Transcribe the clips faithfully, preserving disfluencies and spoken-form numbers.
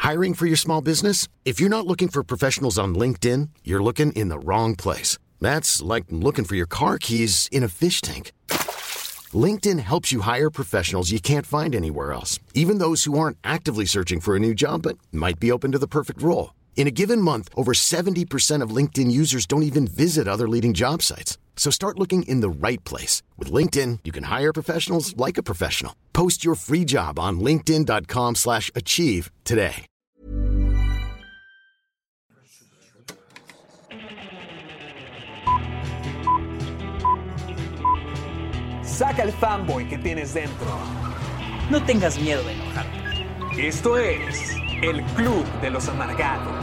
Hiring for your small business? If you're not looking for professionals on LinkedIn, you're looking in the wrong place. That's like looking for your car keys in a fish tank. LinkedIn helps you hire professionals you can't find anywhere else, even those who aren't actively searching for a new job but might be open to the perfect role. In a given month, over seventy percent of LinkedIn users don't even visit other leading job sites. So start looking in the right place. With LinkedIn, you can hire professionals like a professional. Post your free job on linkedin.com slash achieve today. Saca el fanboy que tienes dentro. No tengas miedo de enojarte. Esto es el Club de los Amargados.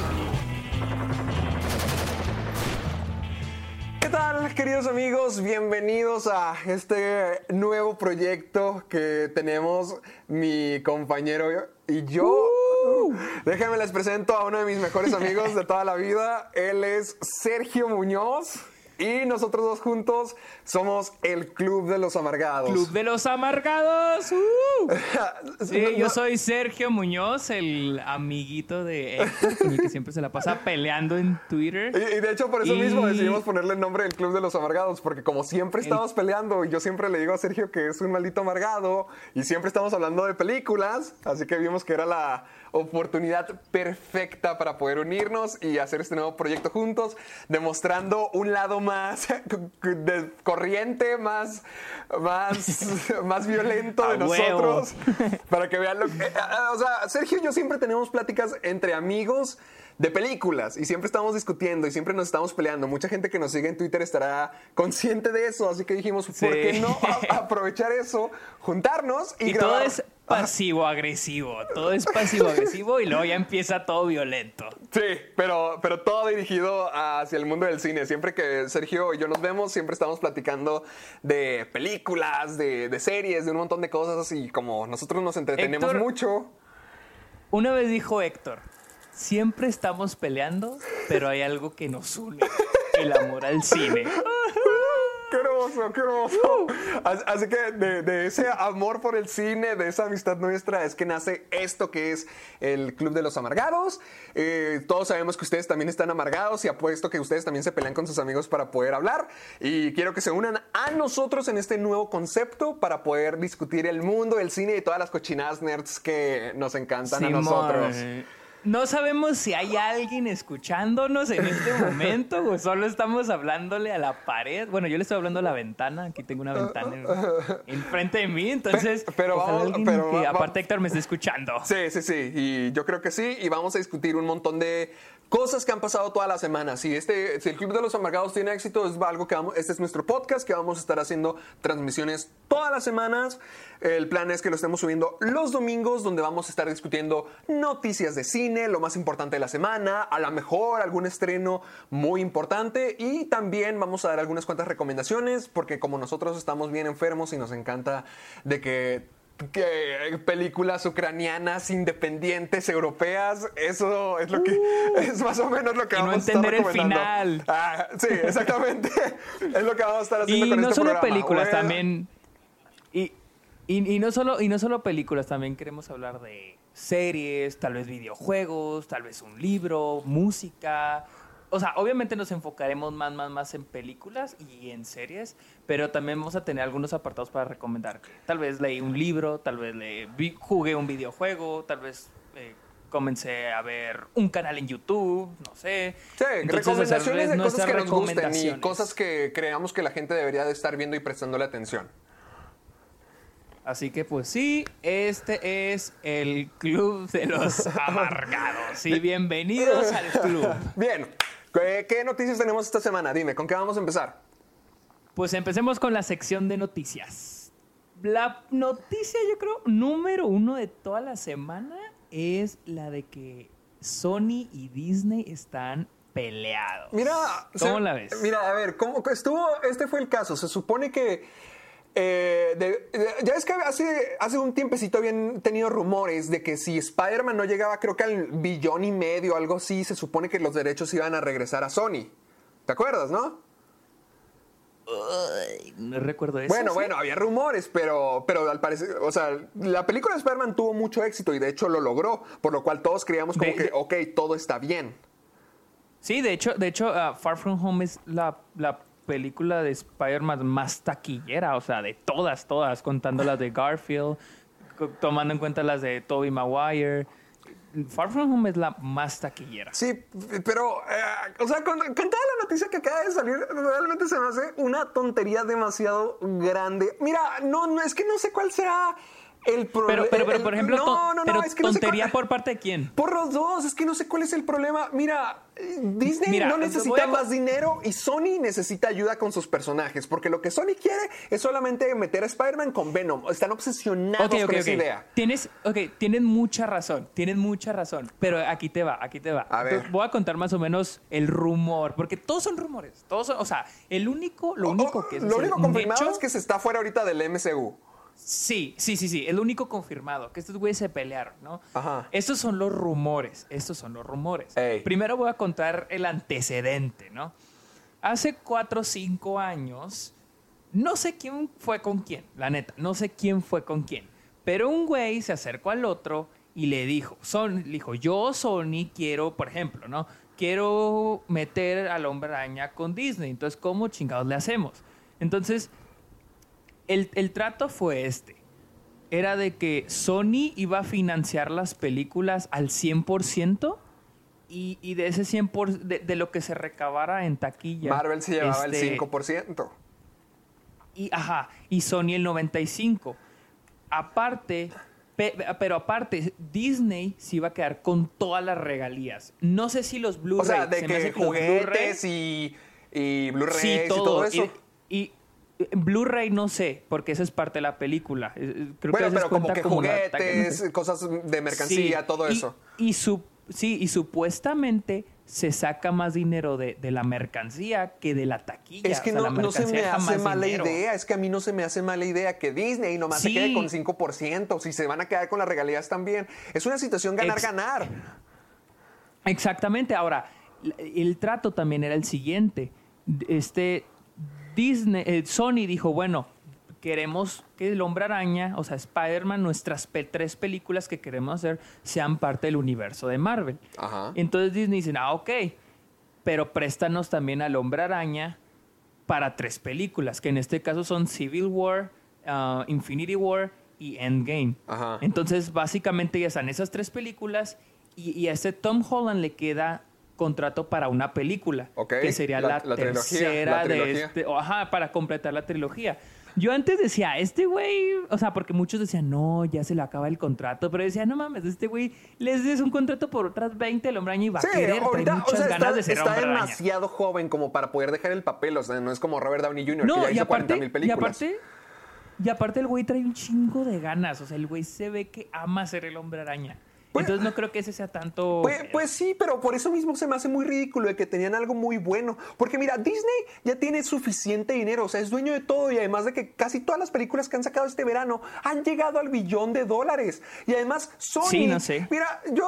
¿Qué tal, queridos amigos? Bienvenidos a este nuevo proyecto que tenemos mi compañero y yo. Uh. Déjenme les presento a uno de mis mejores amigos de toda la vida. Él es Sergio Muñoz. Y nosotros dos juntos somos el Club de los Amargados. ¡Club de los Amargados! ¡Uh! Sí, no, yo no. soy Sergio Muñoz, el amiguito de Héctor, con el que siempre se la pasa peleando en Twitter. Y, y de hecho, por eso y... mismo decidimos ponerle el nombre del Club de los Amargados, porque como siempre estamos el... peleando, y yo siempre le digo a Sergio que es un maldito amargado, y siempre estamos hablando de películas, así que vimos que era la oportunidad perfecta para poder unirnos y hacer este nuevo proyecto juntos, demostrando un lado más de corriente, más, más, más violento de nosotros, para que vean lo que... O sea, Sergio y yo siempre tenemos pláticas entre amigos de películas y siempre estamos discutiendo y siempre nos estamos peleando. Mucha gente que nos sigue en Twitter estará consciente de eso, así que dijimos, ¿por sí. qué no a- aprovechar eso, juntarnos y, y grabar? todo es pasivo-agresivo, todo es pasivo-agresivo y luego ya empieza todo violento. Sí, pero, pero todo dirigido hacia el mundo del cine. Siempre que Sergio y yo nos vemos, siempre estamos platicando de películas, de, de series, de un montón de cosas y como nosotros nos entretenemos Héctor, mucho. Una vez dijo Héctor, siempre estamos peleando, pero hay algo que nos une, el amor al cine. ¡Qué hermoso, qué hermoso! Así que de, de ese amor por el cine, de esa amistad nuestra, es que nace esto que es el Club de los Amargados. Eh, todos sabemos que ustedes también están amargados y apuesto que ustedes también se pelean con sus amigos para poder hablar. Y quiero que se unan a nosotros en este nuevo concepto para poder discutir el mundo, el cine y todas las cochinadas nerds que nos encantan Simón. a nosotros. No sabemos si hay alguien escuchándonos en este momento o solo estamos hablándole a la pared. Bueno, yo le estoy hablando a la ventana. Aquí tengo una ventana enfrente de mí. Entonces, pero ojalá vamos, alguien pero que va, aparte va. Héctor me esté escuchando. Sí, sí, sí. Y yo creo que sí. Y vamos a discutir un montón de cosas que han pasado toda la semana. Si, este, si el Club de los Amargados tiene éxito, es algo que vamos, este es nuestro podcast, que vamos a estar haciendo transmisiones todas las semanas. El plan es que lo estemos subiendo los domingos, donde vamos a estar discutiendo noticias de cine, lo más importante de la semana, a lo mejor algún estreno muy importante. Y también vamos a dar algunas cuantas recomendaciones, porque como nosotros estamos bien enfermos y nos encanta de que... que películas ucranianas independientes europeas, eso es lo que uh, es más o menos lo que y vamos no a estar recomendando. El final. Ah, sí, exactamente. Es lo que vamos a estar haciendo y con no este solo programa. películas, Bueno. también y, y, y no solo y no solo películas, también queremos hablar de series, tal vez videojuegos, tal vez un libro, música. O sea, obviamente nos enfocaremos más, más, más en películas y en series, pero también vamos a tener algunos apartados para recomendar. Tal vez leí un libro, tal vez le vi, jugué un videojuego, tal vez eh, comencé a ver un canal en YouTube, no sé. Sí, Entonces, recomendaciones de cosas que nos gusten y recomendaciones. cosas que creamos que la gente debería de estar viendo y prestándole atención. Así que pues sí, este es el Club de los Amargados. Y bienvenidos al club. Bien, ¿qué, qué noticias tenemos esta semana? Dime, ¿con qué vamos a empezar? Pues empecemos con la sección de noticias. La noticia, yo creo, número uno de toda la semana es la de que Sony y Disney están peleados. Mira, ¿Cómo se, la ves? Mira, a ver, ¿cómo estuvo? Este fue el caso. Se supone que Eh, de, de, ya es que hace, hace un tiempecito habían tenido rumores de que si Spider-Man no llegaba, creo que al billón y medio, algo así, se supone que los derechos iban a regresar a Sony. ¿Te acuerdas, no? Uh, no recuerdo eso. Bueno, ¿sí? bueno, había rumores, pero, pero al parecer, o sea, la película de Spider-Man tuvo mucho éxito y de hecho lo logró, por lo cual todos creíamos como De- que, de- ok, todo está bien. Sí, de hecho, de hecho uh, Far From Home es la, la película de Spider-Man más taquillera, o sea, de todas, todas, contando las de Garfield, co- tomando en cuenta las de Tobey Maguire. Far From Home es la más taquillera. Sí, pero, eh, o sea, con, con toda la noticia que acaba de salir, realmente se me hace una tontería demasiado grande. Mira, no, no es que no sé cuál sea el problema. Pero, pero, pero, por ejemplo, no, ton- no, no, pero es que no sé tontería cuál- por parte de quién. Por los dos, es que no sé cuál es el problema. Mira, eh, Disney Mira, no voy necesita a- más dinero y Sony necesita ayuda con sus personajes, porque lo que Sony quiere es solamente meter a Spider-Man con Venom. Están obsesionados Ok, ok, con esa ok. idea. Tienes, ok, tienen mucha razón, tienen mucha razón. Pero aquí te va, aquí te va. A ver. Entonces, voy a contar más o menos el rumor, porque todos son rumores. Todos son, o sea, el único, lo único Oh, que es lo así, único un confirmado hecho- es que se está fuera ahorita del M C U. Sí, sí, sí, sí. Es lo único confirmado. Que estos güeyes se pelearon, ¿no? Ajá. Estos son los rumores. Estos son los rumores. Ey. Primero voy a contar el antecedente, ¿no? Hace cuatro o cinco años, no sé quién fue con quién, la neta. No sé quién fue con quién. Pero un güey se acercó al otro y le dijo, Son, le dijo, yo, Sony, quiero, por ejemplo, ¿no? Quiero meter al Hombre Araña con Disney. Entonces, ¿cómo chingados le hacemos? Entonces... El, el trato fue este. Era de que Sony iba a financiar las películas al cien por ciento y, y de ese cien por ciento, de, de lo que se recabara en taquilla. Marvel se llevaba el este, cinco por ciento. Y, ajá, y Sony el noventa y cinco por ciento. Aparte, pe- pero aparte, Disney se iba a quedar con todas las regalías. No sé si los Blu-ray... O sea, de se me hace que los Blu-ray- juguetes y, y Blu-rays Sí, y todo eso. Y, y- y Blu-ray no sé, porque esa es parte de la película. Eh, eh, Creo Bueno, que a veces pero como cuenta que como la- juguetes, cosas de mercancía, Sí, todo y- eso. Y su, sí, y supuestamente se saca más dinero de, de la mercancía que de la taquilla. Es que O sea, no, la no se mercancía me deja hace más mala dinero. idea, es que a mí no se me hace mala idea que Disney nomás se Sí. quede con cinco por ciento, si se van a quedar con las regalías también. Es una situación Ex- ganar-ganar. Exactamente. Ahora, el trato también era el siguiente. Este Disney, eh, Sony dijo, bueno, queremos que el Hombre Araña, o sea, Spider-Man, nuestras pe- tres películas que queremos hacer sean parte del universo de Marvel. Ajá. Entonces Disney dice, ah, ok, pero préstanos también al Hombre Araña para tres películas, que en este caso son Civil War, uh, Infinity War y Endgame. Ajá. Entonces, básicamente ya están esas tres películas y, y a este Tom Holland le queda contrato para una película, Ok, que sería la- la, la trilogía, tercera la de trilogía. este, o, ajá, para completar la trilogía. Yo antes decía, este güey, o sea, porque muchos decían, no, ya se le acaba el contrato, pero decía, no mames, este güey les des un contrato por otras veinte el Hombre Araña y va Sí, a querer, trae ahorita, muchas o sea, ganas está, de ser está Hombre Araña. demasiado joven como para poder dejar el papel, o sea, no es como Robert Downey junior, que No, ya y hizo cuarenta aparte, mil y películas. aparte, y aparte el güey trae un chingo de ganas, o sea, el güey se ve que ama ser el Hombre Araña. Pues- Entonces no creo que ese sea tanto... Pues, pues sí, pero por eso mismo se me hace muy ridículo de que tenían algo muy bueno. Porque mira, Disney ya tiene suficiente dinero, o sea, es dueño de todo y además de que casi todas las películas que han sacado este verano han llegado al billón de dólares. Y además Sony... Sí, no sé. Mira, yo...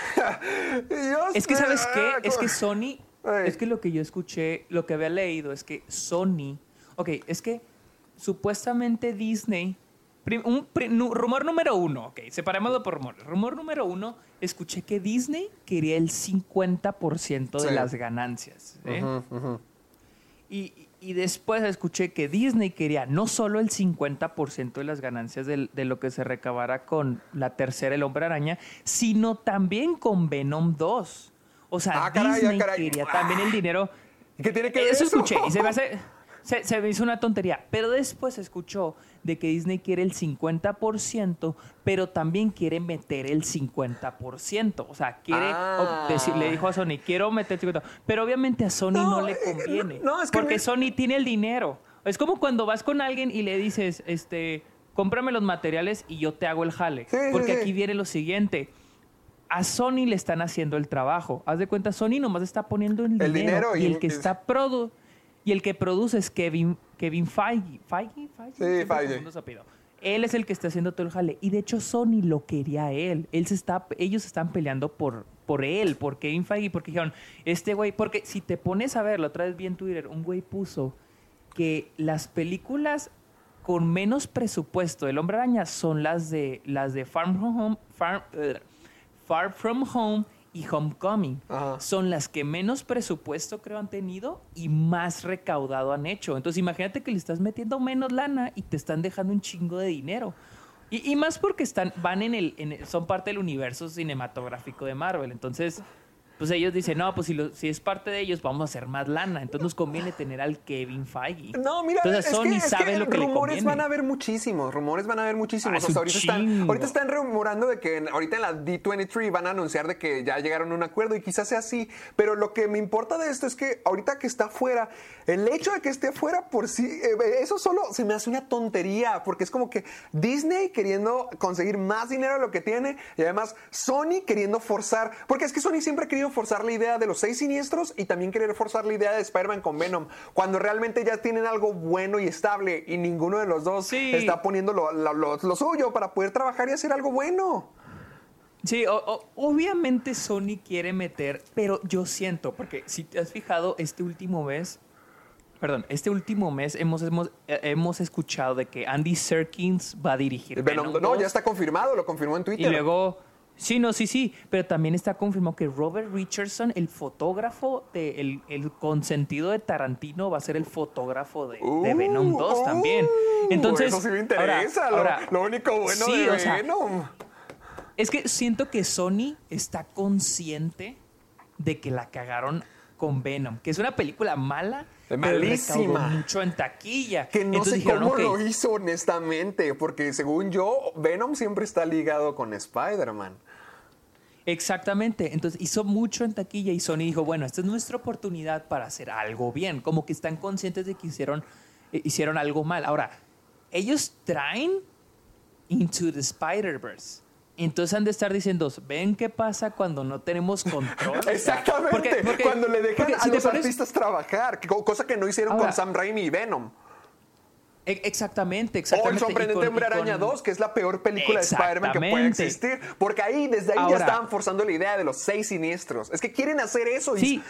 yo Es que, ¿sabes qué? ah, Es que Sony... Ay. Es que lo que yo escuché, lo que había leído es que Sony... Ok, es que supuestamente Disney... prim- un pri- nu- rumor número uno, ok, separémoslo por rumores. Rumor número uno, escuché que Disney quería el cincuenta por ciento de Sí. las ganancias. ¿eh? Ujú, ujú. Y, y después escuché que Disney quería no solo el cincuenta por ciento de las ganancias del- de, lo que se recabara con la tercera El Hombre Araña, sino también con Venom dos. O sea, Ah, caray, ah, Disney caray. quería también el dinero. ¿Y qué tiene que ver Eso eso? escuché y se me hace... Se, se me hizo una tontería, pero después escuchó de que Disney quiere el cincuenta por ciento, pero también quiere meter el cincuenta por ciento. O sea, quiere, Ah. o decir- le dijo a Sony, quiero meter el cincuenta por ciento. Pero obviamente a Sony no, No, le eh, conviene. no, no, es que porque me- Sony tiene el dinero. Es como cuando vas con alguien y le dices, este, cómprame los materiales y yo te hago el jale. Sí, sí, porque sí. aquí viene lo siguiente. A Sony le están haciendo el trabajo. Haz de cuenta, Sony nomás está poniendo el, El dinero, dinero y y- el que y- está produ y el que produce es Kevin Kevin Feige. Feige, Feige. Siempre Feige. confundo su apellido. Él es el que está haciendo todo el jale y de hecho Sony lo quería a él. Él se está ellos están peleando por por él, por Kevin Feige, porque dijeron, este güey, porque si te pones a ver, la otra vez vi en Twitter, un güey puso que las películas con menos presupuesto del Hombre Araña son las de las de Far From Home, Far, uh, Far From Home y Homecoming. Ajá. Son las que menos presupuesto creo han tenido y más recaudado han hecho. Entonces imagínate que le estás metiendo menos lana y te están dejando un chingo de dinero. Y, y más porque están, van en el, en el, son parte del universo cinematográfico de Marvel. Entonces, pues ellos dicen, no, pues si, lo, si es parte de ellos, vamos a hacer más lana. Entonces nos conviene tener al Kevin Feige. No, mira, Entonces es Sony que, es sabe que lo que le rumores conviene. van a haber muchísimos, rumores van a haber muchísimos. Ah, O sea, es un ahorita están, chingo. ahorita están rumorando de que en- ahorita en la D veintitrés van a anunciar de que ya llegaron a un acuerdo y quizás sea así. Pero lo que me importa de esto es que ahorita que está fuera, el hecho de que esté fuera por sí, eh, eso solo se me hace una tontería, porque es como que Disney queriendo conseguir más dinero de lo que tiene y además Sony queriendo forzar, porque es que Sony siempre ha querido forzar la idea de los seis siniestros y también querer forzar la idea de Spider-Man con Venom, cuando realmente ya tienen algo bueno y estable y ninguno de los dos Sí. está poniendo lo, lo- lo- lo suyo para poder trabajar y hacer algo bueno. Sí, o- o- obviamente Sony quiere meter, pero yo siento, porque si te has fijado, este último mes, perdón, este último mes hemos, hemos, eh, hemos escuchado de que Andy Serkins va a dirigir Venom, Venom no, dos. ya está confirmado, lo confirmó en Y Twitter. luego, sí, no, sí, sí, pero también está confirmado que Robert Richardson, el fotógrafo, de, el, el consentido de Tarantino, va a ser el fotógrafo de, de Venom dos Uh, también. Entonces, eso sí me ahora- interesa, lo- ahora, lo, único bueno sí, de o sea, Venom. es que siento que Sony está consciente de que la cagaron con Venom, que es una película mala, pero Malísima. recaudó mucho en taquilla. Que no Entonces sé dijeron, cómo "Ok". lo hizo honestamente, porque según yo, Venom siempre está ligado con Spider-Man. Exactamente, entonces hizo mucho en taquilla y Sony dijo, bueno, esta es nuestra oportunidad para hacer algo bien, como que están conscientes de que hicieron, eh, hicieron algo mal. Ahora, ellos traen Into the Spider-Verse. Entonces han de estar diciendo, ven qué pasa cuando no tenemos control. O sea, Exactamente, porque- porque- cuando le dejan porque a si te los pones- artistas trabajar, que- cosa que no hicieron Ahora- con Sam Raimi y Venom. E- Exactamente, O exactamente. El Sorprendente Y con- Hombre y con- Araña dos, que es la peor película de Spider-Man que puede Exactamente. existir. Porque ahí, desde ahí Ahora- ya estaban forzando la idea de los seis siniestros. Es que quieren hacer eso. y- Sí.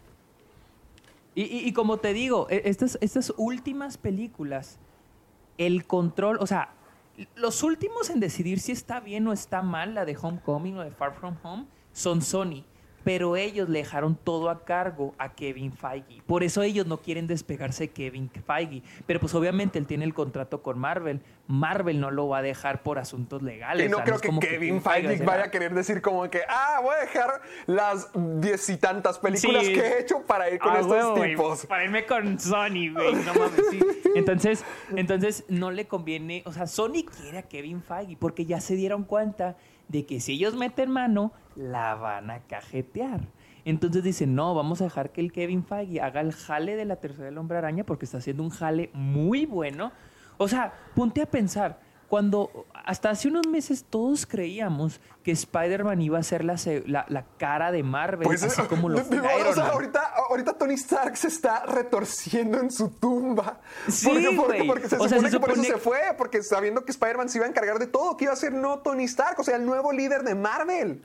Y, y- y como te digo, e- estas, estas últimas películas, el control, o sea, los últimos en decidir si está bien o está mal, la de Homecoming o de Far From Home, son Sony. Pero ellos le dejaron todo a cargo a Kevin Feige. Por eso ellos no quieren despegarse de Kevin Feige. Pero pues obviamente él tiene el contrato con Marvel. Marvel no lo va a dejar por asuntos legales. Y no O sea, creo es que como Kevin va a Feige decir, vaya "Ah, a querer decir como que, ah, voy a dejar las diez y tantas películas Sí. que he hecho para ir con Ah, estos huevo, güey, tipos. para irme con Sony, güey. No mames, sí. Entonces, entonces no le conviene. O sea, Sony quiere a Kevin Feige porque ya se dieron cuenta de que si ellos meten mano, la van a cajetear. Entonces dicen, no, vamos a dejar que el Kevin Feige haga el jale de la tercera del Hombre Araña porque está haciendo un jale muy bueno. O sea, ponte a pensar, cuando hasta hace unos meses todos creíamos que Spider-Man iba a ser la, se- la, la cara de Marvel, Pues, así como lo de- fue de- o Iron sea, Man. ahorita, ahorita Tony Stark se está retorciendo en su tumba. Sí, porque, porque, güey. porque se O sea, supone se que por eso supone- se fue, porque sabiendo que Spider-Man se iba a encargar de todo, que iba a ser no Tony Stark, o sea, el nuevo líder de Marvel.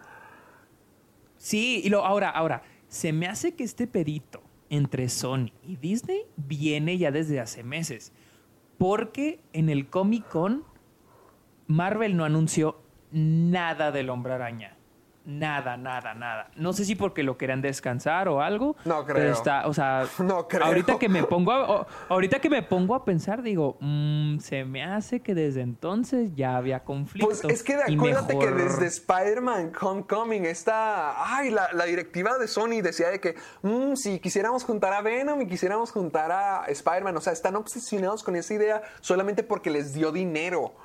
Sí, y lo, ahora, ahora, se me hace que este pedito entre Sony y Disney viene ya desde hace meses. Porque en el Comic Con, Marvel no anunció nada del Hombre Araña. Nada, nada, nada. No sé si porque lo querían descansar o algo. No creo. Pero está, o sea, No creo. ahorita que me pongo a, o- ahorita que me pongo a pensar, digo, mm, se me hace que desde entonces ya había conflicto. Pues es que y acuérdate que mejor- desde Spider-Man Homecoming esta, ay, la, la directiva de Sony decía de que mm, si quisiéramos juntar a Venom y quisiéramos juntar a Spider-Man, o sea, están obsesionados con esa idea solamente porque les dio dinero.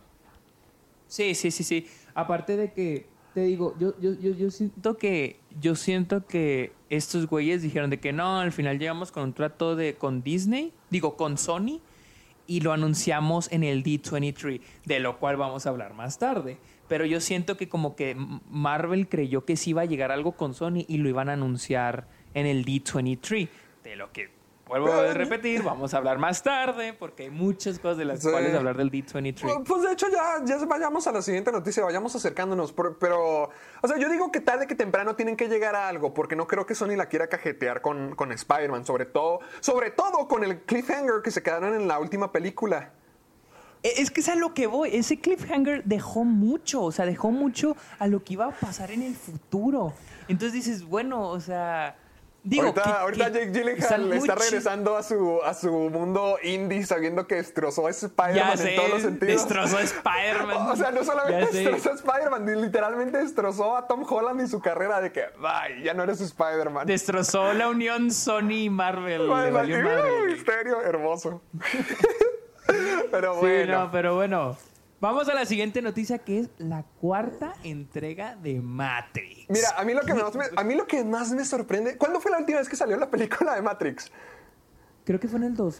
Sí, sí, sí, sí. Aparte de que, te digo, yo, yo, yo, yo siento que, yo siento que estos güeyes dijeron de que no, al final llegamos con un trato de, con Disney, digo, con Sony, y lo anunciamos en el D veintitrés, de lo cual vamos a hablar más tarde. Pero yo siento que como que Marvel creyó que sí iba a llegar algo con Sony y lo iban a anunciar en el D veintitrés, de lo que vuelvo a repetir, vamos a hablar más tarde porque hay muchas cosas de las Sí. cuales hablar del D veintitrés. Pues, pues de hecho ya, ya vayamos a la siguiente noticia, vayamos acercándonos, pero, pero, o sea, yo digo que tarde que temprano tienen que llegar a algo, porque no creo que Sony la quiera cajetear con, con Spider-Man, sobre todo, sobre todo con el cliffhanger que se quedaron en la última película. Es que es a lo que voy. Ese cliffhanger dejó mucho. O sea, dejó mucho a lo que iba a pasar en el futuro. Entonces dices, bueno, o sea... Digo, ahorita que, ahorita que Jake Gyllenhaal está le está muy regresando a su, a su mundo indie sabiendo que destrozó a Ya Spider-Man sé, en todos los sentidos. destrozó a Spider-Man. O sea, no solamente Ya sé. destrozó a Spider-Man, literalmente destrozó a Tom Holland y su carrera de que, bye, ya no eres Spider-Man. Destrozó la unión Sony y Marvel. Ay, Le valió maldito madre. misterio, hermoso. Pero Sí, bueno. no, pero bueno. Vamos a la siguiente noticia, que es la cuarta entrega de Matrix. Mira, a mí, lo que más me, a mí lo que más me sorprende... ¿Cuándo fue la última vez que salió la película de Matrix? Creo que fue en el dos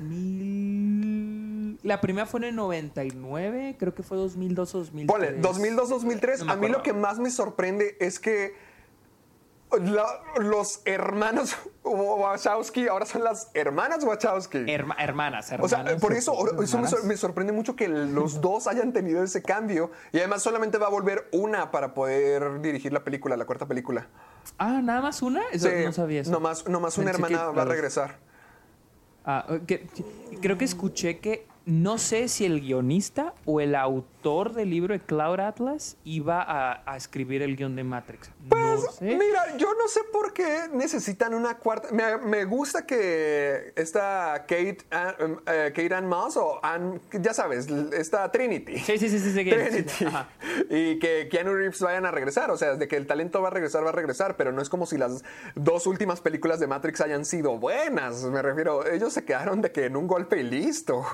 mil... La primera fue en el noventa y nueve. Creo que fue dos mil dos o dos mil tres. Ponle, dos mil dos, dos mil tres. No me a mí acuerdo. lo que más me sorprende es que la- los hermanos Wachowski ahora son las hermanas Wachowski. Herma- hermanas, O sea, hermanas. por eso, eso me, hermanas. sor- me sorprende mucho que los dos hayan tenido ese cambio. Y además solamente va a volver una para poder dirigir la película, la cuarta película. Ah, ¿nada más una? Eso Sí, no sabía eso. Nomás, nomás una Pensé que hermana va a las- regresar. Ah, que- que- creo que escuché que no sé si el guionista o el autor del libro de Cloud Atlas iba a, a escribir el guión de Matrix. Pues, no sé. mira, yo no sé por qué necesitan una cuarta. Me, me gusta que esta Kate, Ann- eh, Kate Ann Moss o Ann, ya sabes, esta Trinity. Sí, sí, sí, sí, sí, sí, Trinity. sí, ajá. Y que Keanu Reeves vayan a regresar. O sea, de que el talento va a regresar, va a regresar. Pero no es como si las dos últimas películas de Matrix hayan sido buenas. Me refiero, ellos se quedaron de que en un golpe y listo.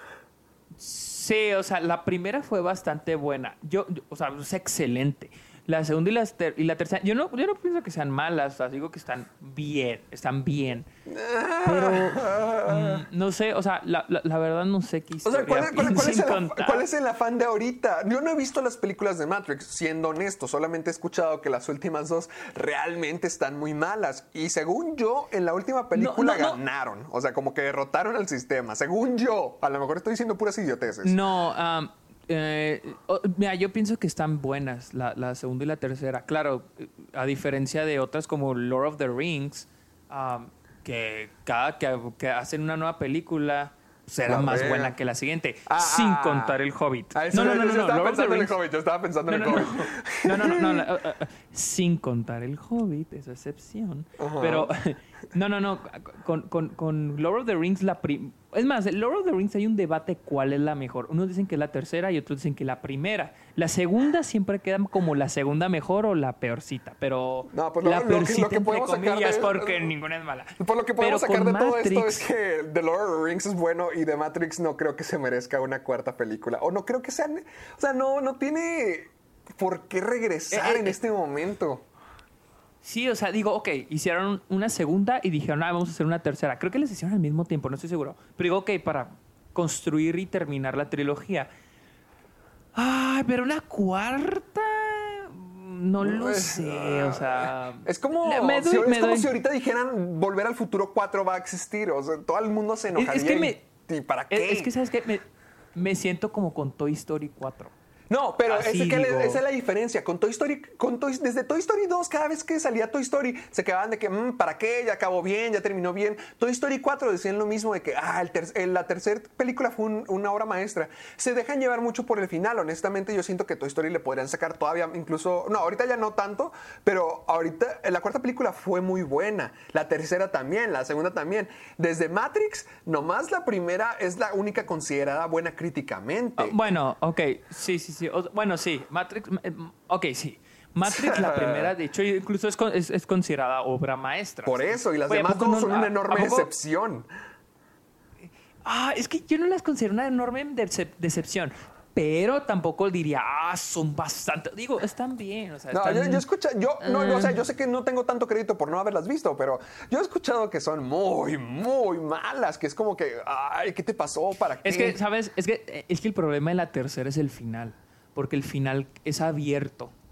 Sí, o sea, la primera fue bastante buena. Yo, yo- o sea, es excelente. La segunda y la, ter- y la tercera, yo no, yo no pienso que sean malas, o sea, digo que están bien, están bien. Pero, mm, no sé, o sea, la, la- la verdad no sé qué O historia sea, ¿cuál, es- cuál- cuál es piensen el, af- contar. cuál es el afán de ahorita? Yo no he visto las películas de Matrix, siendo honesto. Solamente he escuchado que las últimas dos realmente están muy malas. Y según yo, en la última película no, no. ganaron. O sea, como que derrotaron al sistema. Según yo. A lo mejor estoy diciendo puras idioteces. No, am, eh, oh, mira, yo pienso que están buenas la, la segunda y la tercera. Claro, eh, a diferencia de otras como Lord of the Rings, am, que cada que, que hacen una nueva película será La más regan. buena que la siguiente, Ah, sin ah. contar el Hobbit. Ah, eso- no, no, no, yo no, no, estaba Lord of the pensando en el Rings. Hobbit. Yo estaba pensando No, en no, el no, Hobbit. no, no, no, no, no, uh, uh, uh, sin contar el Hobbit, esa excepción. Ajá. Pero, no, no, no, con, con, con Lord of the Rings, la prim- es más, en Lord of the Rings hay un debate cuál es la mejor. Unos dicen que es la tercera y otros dicen que la primera. La segunda siempre queda como la segunda mejor o la peorcita, pero No, pues lo- la lo que- lo peorcita que entre podemos sacar comillas de- porque ninguna es mala. Por lo que podemos Pero sacar de con todo esto Matrix- es que The Lord of the Rings es bueno y de Matrix no creo que se merezca una cuarta película. O no creo que sean... O sea, no, no tiene por qué regresar Eh, eh, en este momento. Sí, o sea, digo, ok, hicieron una segunda y dijeron, ah, vamos a hacer una tercera. Creo que les hicieron al mismo tiempo, no estoy seguro. Pero digo, ok, para construir y terminar la trilogía. Ay, pero una cuarta... No lo Pues, sé, o sea... Es como, le- me doy- si, es me como doy- si ahorita dijeran Volver al Futuro cuatro va a existir. O sea, todo el mundo se enojaría. Es, es que y- me... ¿Y para qué? Es, es que, ¿sabes qué? Me, me siento como con Toy Story cuatro. No, pero Así ese que le- digo. esa es la diferencia. Con Toy Story, con Toy- desde Toy Story dos, cada vez que salía Toy Story, se quedaban de que, "Mm, ¿para qué? Ya acabó bien, ya terminó bien. Toy Story cuatro decían lo mismo de que, ah, el ter- el- la tercera película fue un- una obra maestra. Se dejan llevar mucho por el final. Honestamente, yo siento que Toy Story le podrían sacar todavía, incluso, no, ahorita ya no tanto, pero ahorita, la cuarta película fue muy buena. La tercera también, la segunda también. Desde Matrix, nomás la primera es la única considerada buena críticamente. Ah, bueno, ok, sí, sí, sí. O- bueno, sí, Matrix, eh, ok, sí. Matrix, la primera, de hecho, incluso es, con- es, es considerada obra maestra. Por ¿sí? eso, y las Oye, ¿a demás poco dos no- son a- una a enorme poco- decepción. Ah, es que yo no las considero una enorme decep- decepción, pero tampoco diría, ah, son bastante. Digo, están bien, o sea, No, están- yo, yo escucha, yo, no, no, o sea, Eh. yo sé que no tengo tanto crédito por no haberlas visto, pero yo he escuchado que son muy, muy malas, que es como que, ay, ¿qué te pasó? ¿Para qué? Es que, ¿sabes? Es que, es que el problema de la tercera es el final, porque el final es abierto.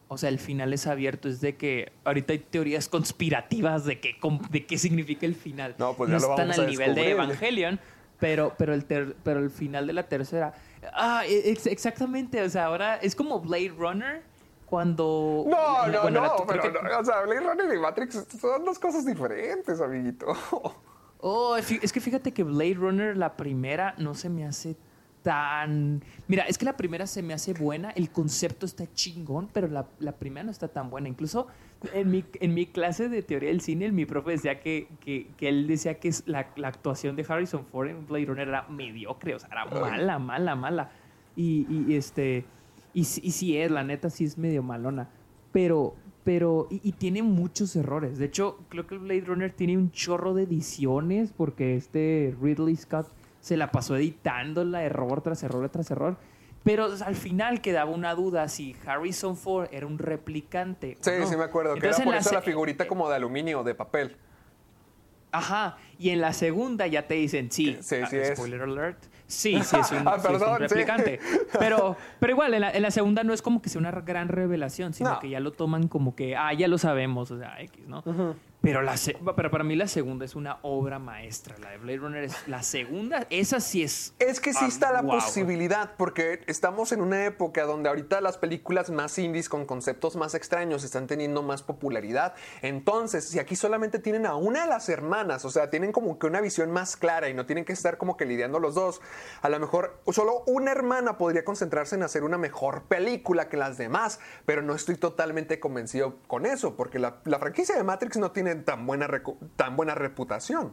O sea, el final es abierto. Es de que ahorita hay teorías conspirativas de, que, de qué significa el final. No, pues ya no lo están vamos a al nivel de descubrir. Evangelion, pero, pero, el ter, pero el final de la tercera... Ah, ex, exactamente. O sea, ahora es como Blade Runner cuando... No, no, bueno, no, la- pero creo que- no, o sea, Blade Runner y Matrix son dos cosas diferentes, amiguito. Oh, fí- es que fíjate que Blade Runner, la primera, no se me hace tan... Mira, es que la primera se me hace buena, el concepto está chingón, pero la, la primera no está tan buena. Incluso en mi, en mi clase de teoría del cine, mi profe decía que, que, que él decía que es la, la actuación de Harrison Ford en Blade Runner era mediocre, o sea, era mala, mala, mala. Y, y, y este... Y, sí- y sí es, la neta, sí es medio malona. Pero... Pero, y, y tiene muchos errores. De hecho, creo que el Blade Runner tiene un chorro de ediciones porque este Ridley Scott se la pasó editándola, error tras error tras error. Pero o sea, al final quedaba una duda si Harrison Ford era un replicante. o Sí, no. sí me acuerdo, que Entonces, era por en eso se- la figurita como de aluminio, de papel. Ajá. Y en la segunda ya te dicen, sí, Sí, sí ah, es. spoiler alert, sí, sí es un, Ah, sí es un perdón, sí. replicante. Pero, pero igual, en la, en la segunda no es como que sea una gran revelación, sino No. que ya lo toman como que, ah, ya lo sabemos, o sea, X, ¿no? Pero, la se- pero para mí la segunda es una obra maestra. La de Blade Runner es la segunda, esa sí es... Es que sí ah, está la wow. posibilidad, porque estamos en una época donde ahorita las películas más indies con conceptos más extraños están teniendo más popularidad. Entonces, si aquí solamente tienen a una de las hermanas, o sea, tienen como que una visión más clara y no tienen que estar como que lidiando los dos, a lo mejor solo una hermana podría concentrarse en hacer una mejor película que las demás, pero no estoy totalmente convencido con eso, porque la, la franquicia de Matrix no tiene tan buena, recu- tan buena reputación.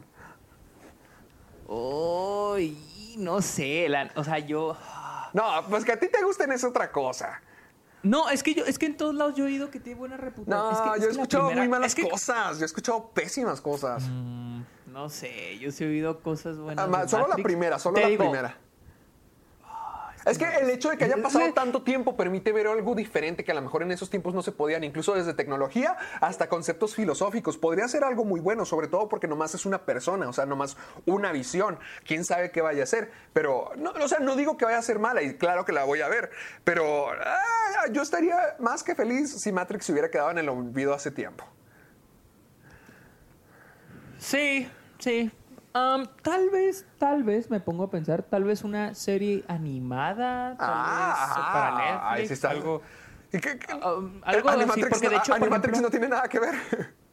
Oh, y no sé, la- o sea, yo... No, pues que a ti te gusten es otra cosa. No, es que yo, es que en todos lados yo he oído que tiene buena reputación. No, Es que- es yo he que la escuchado primera- muy malas es que- cosas. Yo he escuchado pésimas cosas. Mm, no sé, yo sí he oído cosas buenas. Ah, ma- de solo la Matrix. primera, solo Te la digo, primera. Es que el hecho de que haya pasado tanto tiempo permite ver algo diferente que a lo mejor en esos tiempos no se podían, incluso desde tecnología hasta conceptos filosóficos. Podría ser algo muy bueno, sobre todo porque nomás es una persona, o sea, nomás una visión. Quién sabe qué vaya a ser, pero, no, o sea, no digo que vaya a ser mala y claro que la voy a ver, pero ah, yo estaría más que feliz si Matrix se hubiera quedado en el olvido hace tiempo. Sí, sí. Um, tal vez, tal vez me pongo a pensar, tal vez una serie animada, tal vez para Netflix, ahí sí está. algo, ¿Y qué- qué? um, algo así, Animatrix, porque de no- hecho, por Animatrix ejemplo, no tiene nada que ver.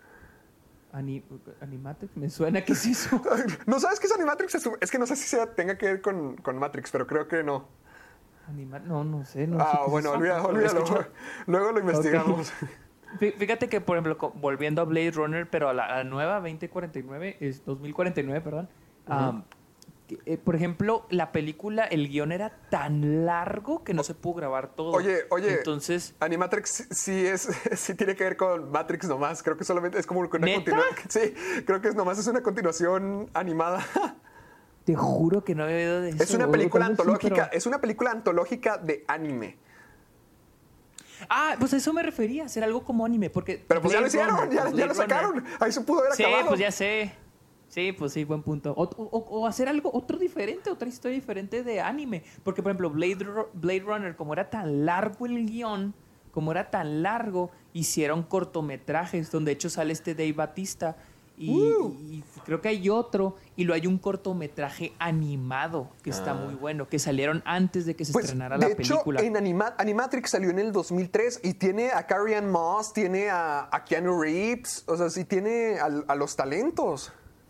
Ani- Animatrix, me suena que es eso. ¿No sabes qué es Animatrix? Es, es que no sé si sea, tenga que ver con, con Matrix, pero creo que no. Anima- no, no sé, no sé. Ah, qué es bueno, eso. olvida- Lo he olvídalo. escuchado. Luego lo investigamos. Fí- Fíjate que, por ejemplo, co- volviendo a Blade Runner, pero a la, a la nueva veinte cuarenta y nueve, es dos mil cuarenta y nueve, perdón. um, que, eh, por ejemplo, la película, el guión era tan largo que no se pudo grabar todo. Oye, oye. Entonces, Animatrix sí es, sí tiene que ver con Matrix nomás. Creo que solamente es como una ¿Neta? continuación. Sí, creo que es nomás es una continuación animada. te juro que no había oído de eso. Es una o película tal vez sí, antológica. pero- Es una película antológica de anime. Ah, pues a eso me refería, hacer algo como anime, porque... Pero pues ya lo Blade hicieron, Runner, ya, pues, ya lo Blade Runner- sacaron. Ahí se pudo haber Sí, acabado. pues ya sé. Sí, pues sí, buen punto. O, o- o hacer algo, otro diferente, otra historia diferente de anime. Porque, por ejemplo, Blade, Ru- Blade Runner, como era tan largo el guión, como era tan largo, hicieron cortometrajes, donde de hecho sale este Dave Batista. Y, Uh. y creo que hay otro, y lo hay un cortometraje animado, que está muy bueno, que salieron antes de que se Pues, estrenara de la hecho, película. en Anima- Animatrix salió en el dos mil tres y tiene a Carrie Ann Moss, tiene a, a Keanu Reeves, o sea, sí tiene al- a, los talentos.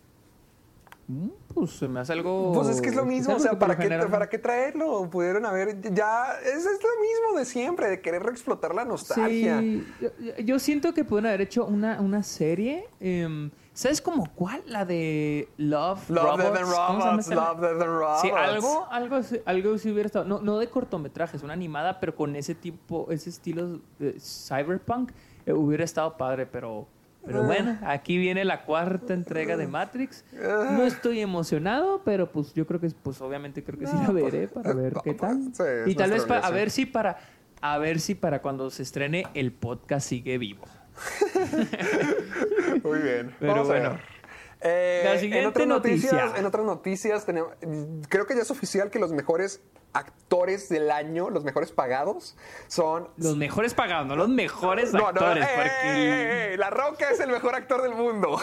Mm, Pues se me hace algo... Pues es que es lo mismo, o sea, por ¿para lo qué, general- ¿para qué traerlo? Pudieron haber, ya, es, es lo mismo de siempre, de querer reexplotar la nostalgia. Sí, yo, yo siento que pueden haber hecho una, una serie. em, ¿Sabes como cuál? La de Love, Love, Death and ¿Cómo se llama Robots, esa? Love, Death and Robots. Sí, algo, algo, así- algo si hubiera estado. No, no de cortometrajes, una animada, pero con ese tipo, ese estilo de cyberpunk, eh, hubiera estado padre, pero. Pero bueno, aquí viene la cuarta entrega de Matrix. No estoy emocionado, pero pues yo creo que, pues obviamente creo que sí la No, veré pues, para ver no, qué tal. pues, sí, es Y tal vez nuestra para, a obligación. ver si para, a ver si para cuando se estrene el podcast sigue vivo. Muy bien. Pero Vamos a bueno. ver. Eh, La siguiente en otras noticias, noticia. en otras noticias tenemos, creo que ya es oficial que los mejores actores del año, los mejores pagados, son Los mejores pagados, no los mejores no, no, actores. eh, porque... eh, eh, La Roca es el mejor actor del mundo.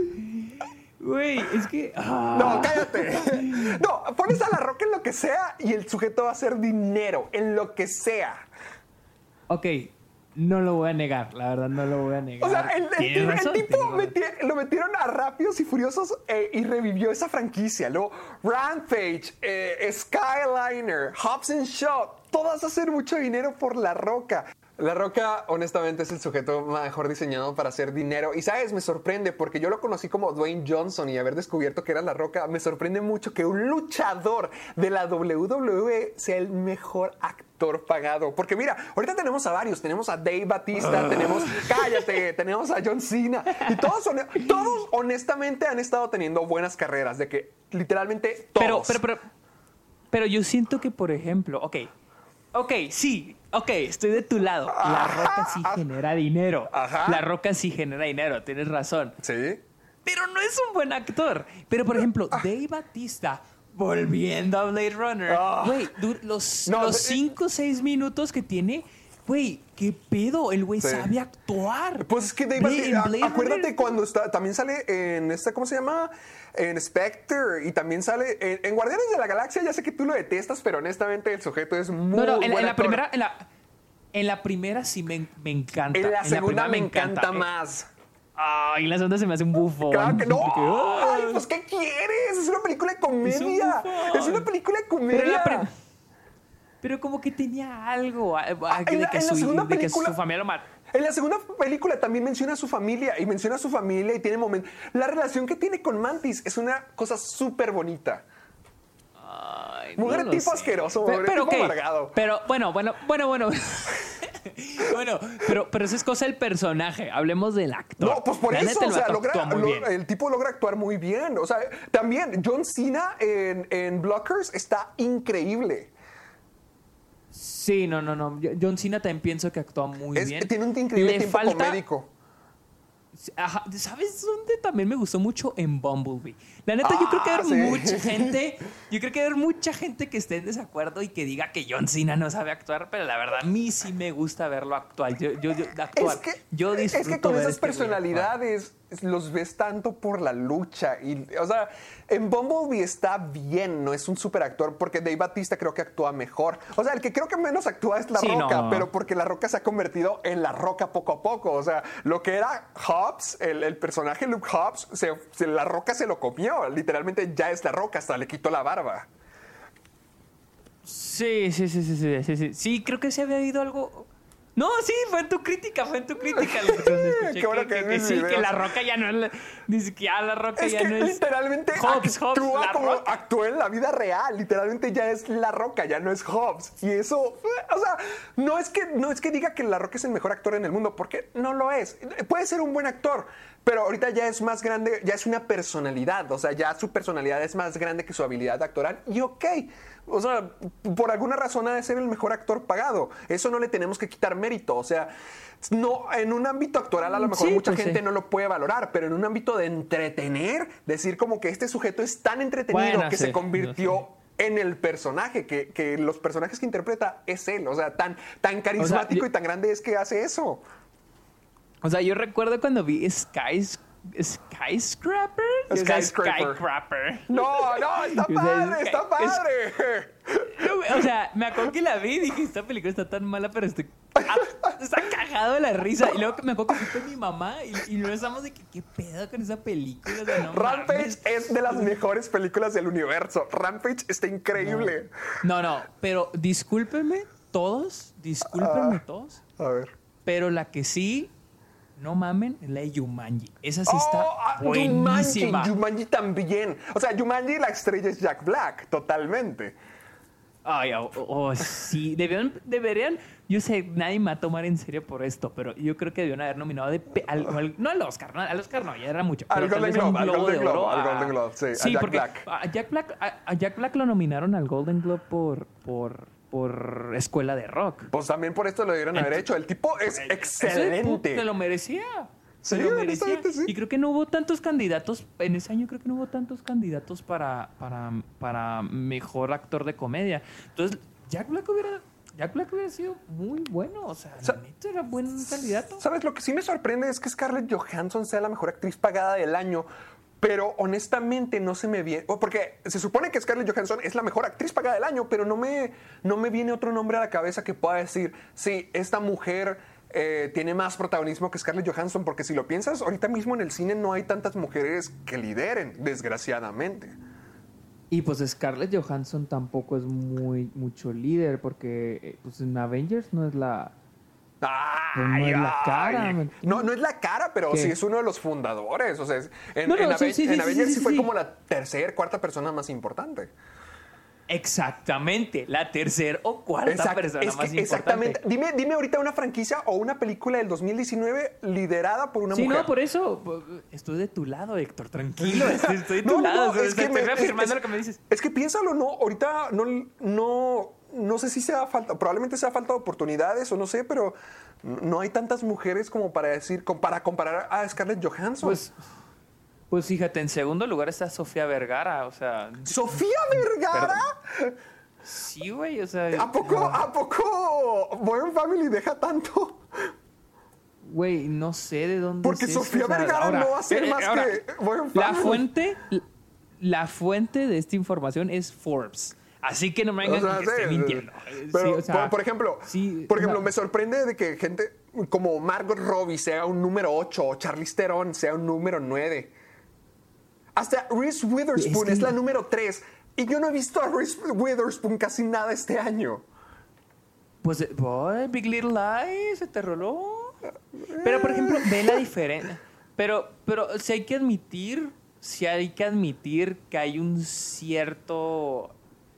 Güey, es que... ah. No, cállate. No, pones a La Roca en lo que sea y el sujeto va a hacer dinero, en lo que sea. Ok, no lo voy a negar, la verdad no lo voy a negar. O sea, el, el, Tienes el razón, tipo tienes razón. meti- lo metieron a Rápidos y Furiosos eh, y revivió esa franquicia. Luego, Rampage, eh, Skyliner, Hobbs and Shaw, todas hacen mucho dinero por La Roca. La Roca, honestamente, es el sujeto mejor diseñado para hacer dinero. Y, ¿sabes? Me sorprende porque yo lo conocí como Dwayne Johnson y haber descubierto que era La Roca, me sorprende mucho que un luchador de la W W E sea el mejor actor pagado. Porque mira, ahorita tenemos a varios. Tenemos a Dave Batista, Ah. tenemos, cállate, tenemos a John Cena. Y todos, hone- todos honestamente han estado teniendo buenas carreras. De que literalmente todos. Pero, pero, pero, pero yo siento que, por ejemplo, ok, ok, sí, ok, estoy de tu lado. La Roca sí genera dinero. Ajá. La Roca sí genera dinero, tienes razón. Sí. Pero no es un buen actor. Pero, por ejemplo, Dave Batista, volviendo a Blade Runner, Ah. güey, du- los No, los de- cinco o seis minutos que tiene, güey, qué pedo, el güey Sí. sabe actuar. Pues es que Dave Ve, en Batista, Blade acuérdate Runner- cuando está, también sale en esta, ¿cómo se llama? En Spectre y también sale en, en Guardianes de la Galaxia. Ya sé que tú lo detestas, pero honestamente el sujeto es muy No, no, en, en buen la actor. primera, en la, en la primera sí me, me encanta. En la segunda primera me encanta Eh, más. Ay, en la segunda se me hace un bufón. Claro que no. Porque, Ay, ay. pues ¿qué quieres? Es una película de comedia. bufón. Es una película de Pero, en comedia. la prim- pero como que tenía algo ah, ah, en de, la- que en la su, segunda de que película- su familia lo mató. En la segunda película también menciona a su familia y menciona a su familia y tiene momentos. La relación que tiene con Mantis es una cosa súper bonita. Ay, Mujer no lo tipo sé. asqueroso, Pe- mujer pero, tipo ok, amargado. pero bueno, bueno, bueno, bueno. Bueno, pero, pero eso es cosa del personaje. Hablemos del actor. No, pues por La eso, neta, el o sea, vato logra, actúa muy lo- bien. el tipo logra actuar muy bien. O sea, también John Cena en, en Blockers está increíble. Sí, no, no, no. Yo- John Cena también pienso que actúa muy Es- bien. tiene un increíble Le tiempo falta- comédico. Ajá, ¿sabes dónde también me gustó mucho? En Bumblebee. La neta, yo creo que Ah, hay sí. mucha gente, yo creo que hay mucha gente que esté en desacuerdo y que diga que John Cena no sabe actuar, pero la verdad a mí sí me gusta verlo actuar. Yo, yo, yo actuar. Es que, yo es disfruto que con ver esas este güey actuar. personalidades los ves tanto por la lucha. Y, o sea, en Bumblebee está bien, no es un super actor, porque Dave Batista creo que actúa mejor. O sea, el que creo que menos actúa es La Sí, no, Roca, no. pero porque La Roca se ha convertido en La Roca poco a poco. O sea, lo que era Hobbs, el, el personaje Luke Hobbs, se, se- La Roca se lo comió. Literalmente ya es La Roca, hasta le quitó la barba. Sí, sí, sí, sí, sí, sí, sí. Sí, creo que se había oído algo. No, sí, fue en tu crítica, fue en tu crítica. Lo que escuché, Qué bueno que, que que- ves que mis sí, que videos. la Roca ya no es la, ni siquiera la Roca Es ya que no es literalmente Hobbs, Hobbs, actúa la como Roca. actúa en la vida real. Literalmente ya es La Roca, ya no es Hobbs. Y eso, o sea, no es que, no es que diga que La Roca es el mejor actor en el mundo, porque no lo es. Puede ser un buen actor, pero ahorita ya es más grande, ya es una personalidad. O sea, ya su personalidad es más grande que su habilidad actoral. Y ok, o sea, por alguna razón ha de ser el mejor actor pagado. Eso no le tenemos que quitar mérito. O sea, no, en un ámbito actoral a lo mejor Sí, mucha pues gente sí. no lo puede valorar, pero en un ámbito de entretener, decir como que este sujeto es tan entretenido Bueno, que sí, se convirtió yo en el personaje, que, que los personajes que interpreta es él. O sea, tan, tan carismático yo- y tan grande es que hace eso. O sea, yo recuerdo cuando vi Skys, Skyscraper. Yo decía Skyscraper. Skyscraper. No, no, está O sea, padre, es- está es- padre. No, güey, o sea, me acuerdo que la vi y dije, esta película está tan mala, pero estoy ah, está cagado de la risa. Y luego que me acuerdo que fui con mi mamá y, y luego estamos de que, ¿qué pedo con esa película? O sea, no Rampage mames. es de las mejores películas del universo. Rampage está increíble. No, no, pero discúlpenme todos, discúlpenme Ah. todos, A ver. pero la que sí, no mamen, es la de Yumanji. Esa sí está Oh, ah, buenísima. Jumanji, Jumanji también. O sea, Jumanji, la estrella es Jack Black, totalmente. Ay, oh, oh, sí, deberían, deberían, yo sé, nadie me va a tomar en serio por esto, pero yo creo que debieron haber nominado de, pe- al, al- no al Oscar, no, al Oscar no, ya era mucho. Al pero tal Golden vez un Globe, al Globo Golden de Oro Globe, al a- Golden Globe, sí, a Jack porque Black. A Jack Black, a, a Jack Black lo nominaron al Golden Globe por, por, por Escuela de Rock. Pues también por esto lo debieron haber hecho. El tipo es Ese excelente. Se lo merecía. Sí, se lo merecía. honestamente, sí. Y creo que no hubo tantos candidatos, en ese año creo que no hubo tantos candidatos para, para, para mejor actor de comedia. Entonces, Jack Black hubiera, Jack Black hubiera sido muy bueno. O sea, Sa- la neta era buen candidato. ¿Sabes? Lo que sí me sorprende es que Scarlett Johansson sea la mejor actriz pagada del año. Pero honestamente no se me viene... Porque se supone que Scarlett Johansson es la mejor actriz pagada del año, pero no me, no me viene otro nombre a la cabeza que pueda decir, sí, esta mujer eh, tiene más protagonismo que Scarlett Johansson. Porque si lo piensas, ahorita mismo en el cine no hay tantas mujeres que lideren, desgraciadamente. Y pues Scarlett Johansson tampoco es muy mucho líder, porque eh, pues en Avengers no es la... Ay, no es la ay. cara. ¿me No, no es la cara, pero ¿Qué? sí es uno de los fundadores. O sea, es- en, No, no, en sí, Aven- sí, sí, en sí, Avengers sí, sí, sí, fue sí. como la tercera, cuarta persona más importante. Exactamente, la tercera o cuarta Exact- persona es que más importante. exactamente. Dime, dime ahorita una franquicia o una película del dos mil diecinueve liderada por una Sí, mujer. no, por eso po- estoy de tu lado, Héctor, tranquilo, estoy, estoy de tu No, no, lado, no, o sea, es que estoy me- reafirmando es- lo que me dices. Es que piénsalo, no, ahorita no, no, no sé si sea falta, probablemente sea falta de oportunidades o no sé, pero no hay tantas mujeres como para decir, como para comparar a Scarlett Johansson. Pues, pues fíjate, en segundo lugar está Sofía Vergara, o sea, Sofía Vergara. sí, güey, o sea, ¿A poco, a poco Modern Family deja tanto? güey, no sé de dónde Porque es eso, Sofía o sea, Vergara ahora, no va a ser eh, más ahora, que Modern la Family. fuente, la fuente de esta información es Forbes. Así que no me vengan O sea, con que esté sí, mintiendo. Pero, Sí, o sea, por, por ejemplo, sí, por o ejemplo sea, me sorprende de que gente como Margot Robbie sea un número ocho o Charlize Theron sea un número nueve. Hasta Reese Witherspoon es, Es que- la número tres. Y yo no he visto a Reese Witherspoon casi nada este año. Pues, eh, boy, Big Little Lies, se te roló. Pero, por ejemplo, ve la diferencia. Pero, pero si hay que admitir, si hay que admitir que hay un cierto...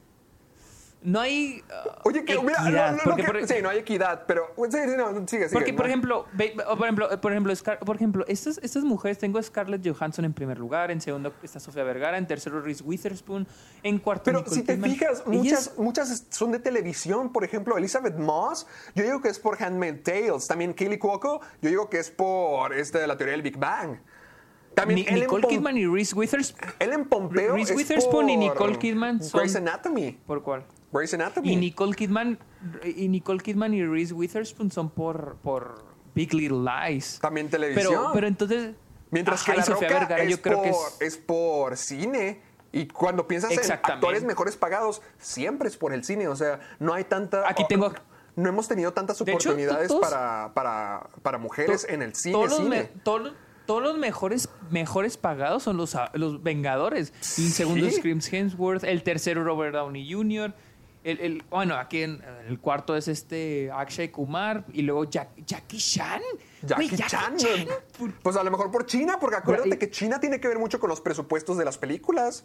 No hay uh, Oye, que mira, equidad, no, no, porque, no, que- por- sí, no hay equidad, pero sí, sí, no, sigue, sigue. porque, por ¿no? ejemplo, ve- o por ejemplo, por ejemplo, Scar- por ejemplo estas, estas mujeres, tengo a Scarlett Johansson en primer lugar, en segundo está Sofía Vergara, en tercero Reese Witherspoon, en cuarto Pero Nicole si te Kidman. fijas, Ellas- muchas, muchas son de televisión. Por ejemplo, Elizabeth Moss, yo digo que es por Handmaid's Tales. También Kaylee Cuoco, yo digo que es por este, la teoría del Big Bang. También Ni- Ellen Nicole Pom- Kidman y Reese Witherspoon. Ellen Pompeo Reese es Witherspoon y por Nicole Kidman son- Grey's Anatomy. ¿Por cuál? Grey's Anatomy. Y Nicole Kidman y Nicole Kidman y Reese Witherspoon son por, por Big Little Lies. También televisión. Pero, pero entonces. Mientras ajá, que y La Sofía Roca Vergara, es, yo creo por, que es. es por cine. Y cuando piensas en Exactamente. actores mejores pagados, siempre es por el cine. O sea, no hay tanta... Aquí tengo- No hemos tenido tantas De hecho, oportunidades todos- para, para, para mujeres en el cine. Todos los, cine. me- todos, todos los mejores, mejores pagados son los, los Vengadores. Y el segundo Sí. es Chris Hemsworth, el tercero Robert Downey junior El, el- bueno, aquí en el cuarto es este Akshay Kumar y luego Jack- Jackie Chan. Jackie, Güey, Chan. Pues a lo mejor por China, porque acuérdate Güey. que China tiene que ver mucho con los presupuestos de las películas.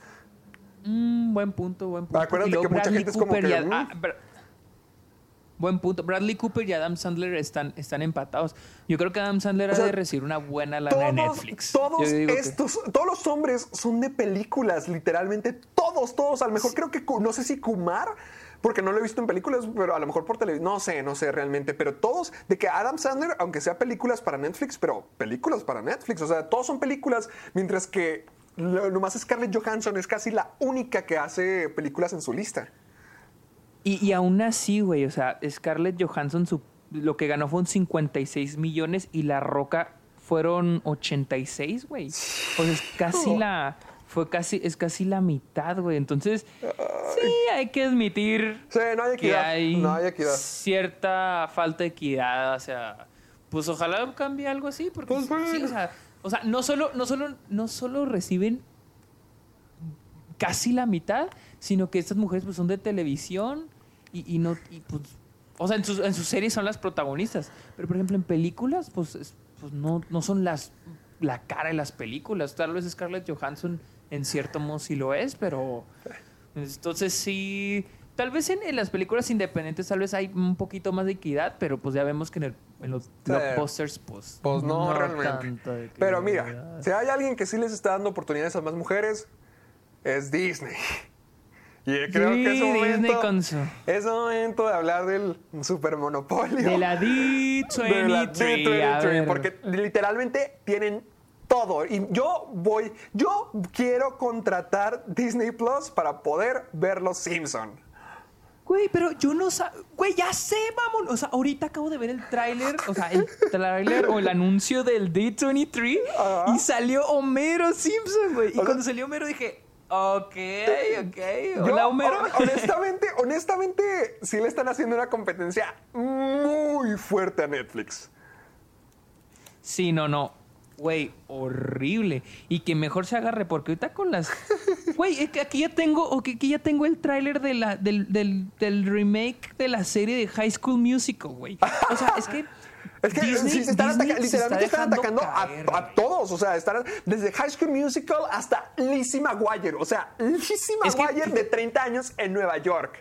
Mm, buen punto, buen punto. Acuérdate Y luego que mucha Bradley gente es como Cooper que, y Ad- mm. ah, Bra- buen punto. Bradley Cooper y Adam Sandler están, están empatados. Yo creo que Adam Sandler O ha sea, de recibir una buena lana de Todos, Netflix. todos Yo digo que- estos, todos los hombres son de películas, literalmente. Todos, todos. A lo mejor creo que, Ku- no sé si Kumar, porque no lo he visto en películas, pero a lo mejor por televisión. No sé, no sé realmente. Pero todos, de que Adam Sandler, aunque sea películas para Netflix, pero películas para Netflix. O sea, todos son películas, mientras que lo, nomás Scarlett Johansson es casi la única que hace películas en su lista. Y, y aún así, güey, o sea, Scarlett Johansson su- lo que ganó fueron cincuenta y seis millones y La Roca fueron ochenta y seis, güey. O sea, es casi la... Fue casi, es casi la mitad, güey. Entonces, sí, hay que admitir Sí, no hay que equidad. hay No hay equidad. cierta falta de equidad. O sea, pues ojalá cambie algo así, porque Pues bueno. sí, o sea, o sea, no solo, no solo, no solo reciben casi la mitad, sino que estas mujeres pues son de televisión y, y no, y, pues, o sea, en sus, en sus series son las protagonistas, pero por ejemplo en películas pues, es- pues no, no son las la cara de las películas. Tal vez Scarlett Johansson en cierto modo sí lo es, pero entonces sí, tal vez en, en las películas independientes tal vez hay un poquito más de equidad, pero pues ya vemos que en, el- en los blockbusters pues, Pues no, realmente. tanta equidad. Pero mira, si hay alguien que sí les está dando oportunidades a más mujeres, es Disney. Y creo Sí, que es Disney momento, con su- es momento de hablar del supermonopolio. De la D De la veintitrés. D a veintitrés, ver. porque literalmente tienen todo. Y yo voy, yo quiero contratar Disney Plus para poder ver Los Simpson. Güey, pero yo no sé. Güey, ya sé, vamos. O sea, ahorita acabo de ver el tráiler, o sea, el tráiler o el anuncio del D veintitrés Ajá. y salió Homero Simpson, güey. Y sea- cuando salió Homero dije, ok, ok. Yo, Hola, Homero. hon- honestamente, honestamente, sí le están haciendo una competencia muy fuerte a Netflix. Sí, no, no. Güey, horrible. Y que mejor se agarre, porque ahorita con las. Güey, es que aquí ya tengo, o que aquí ya tengo el tráiler de la, del, del, del remake de la serie de High School Musical, güey. O sea, es que. Es que Disney- sí, se están Disney ataca- se literalmente está están dejando atacando caer, a, a güey. todos. O sea, están desde High School Musical hasta Lizzie McGuire. O sea, Lizzie Es que- McGuire de treinta años en Nueva York.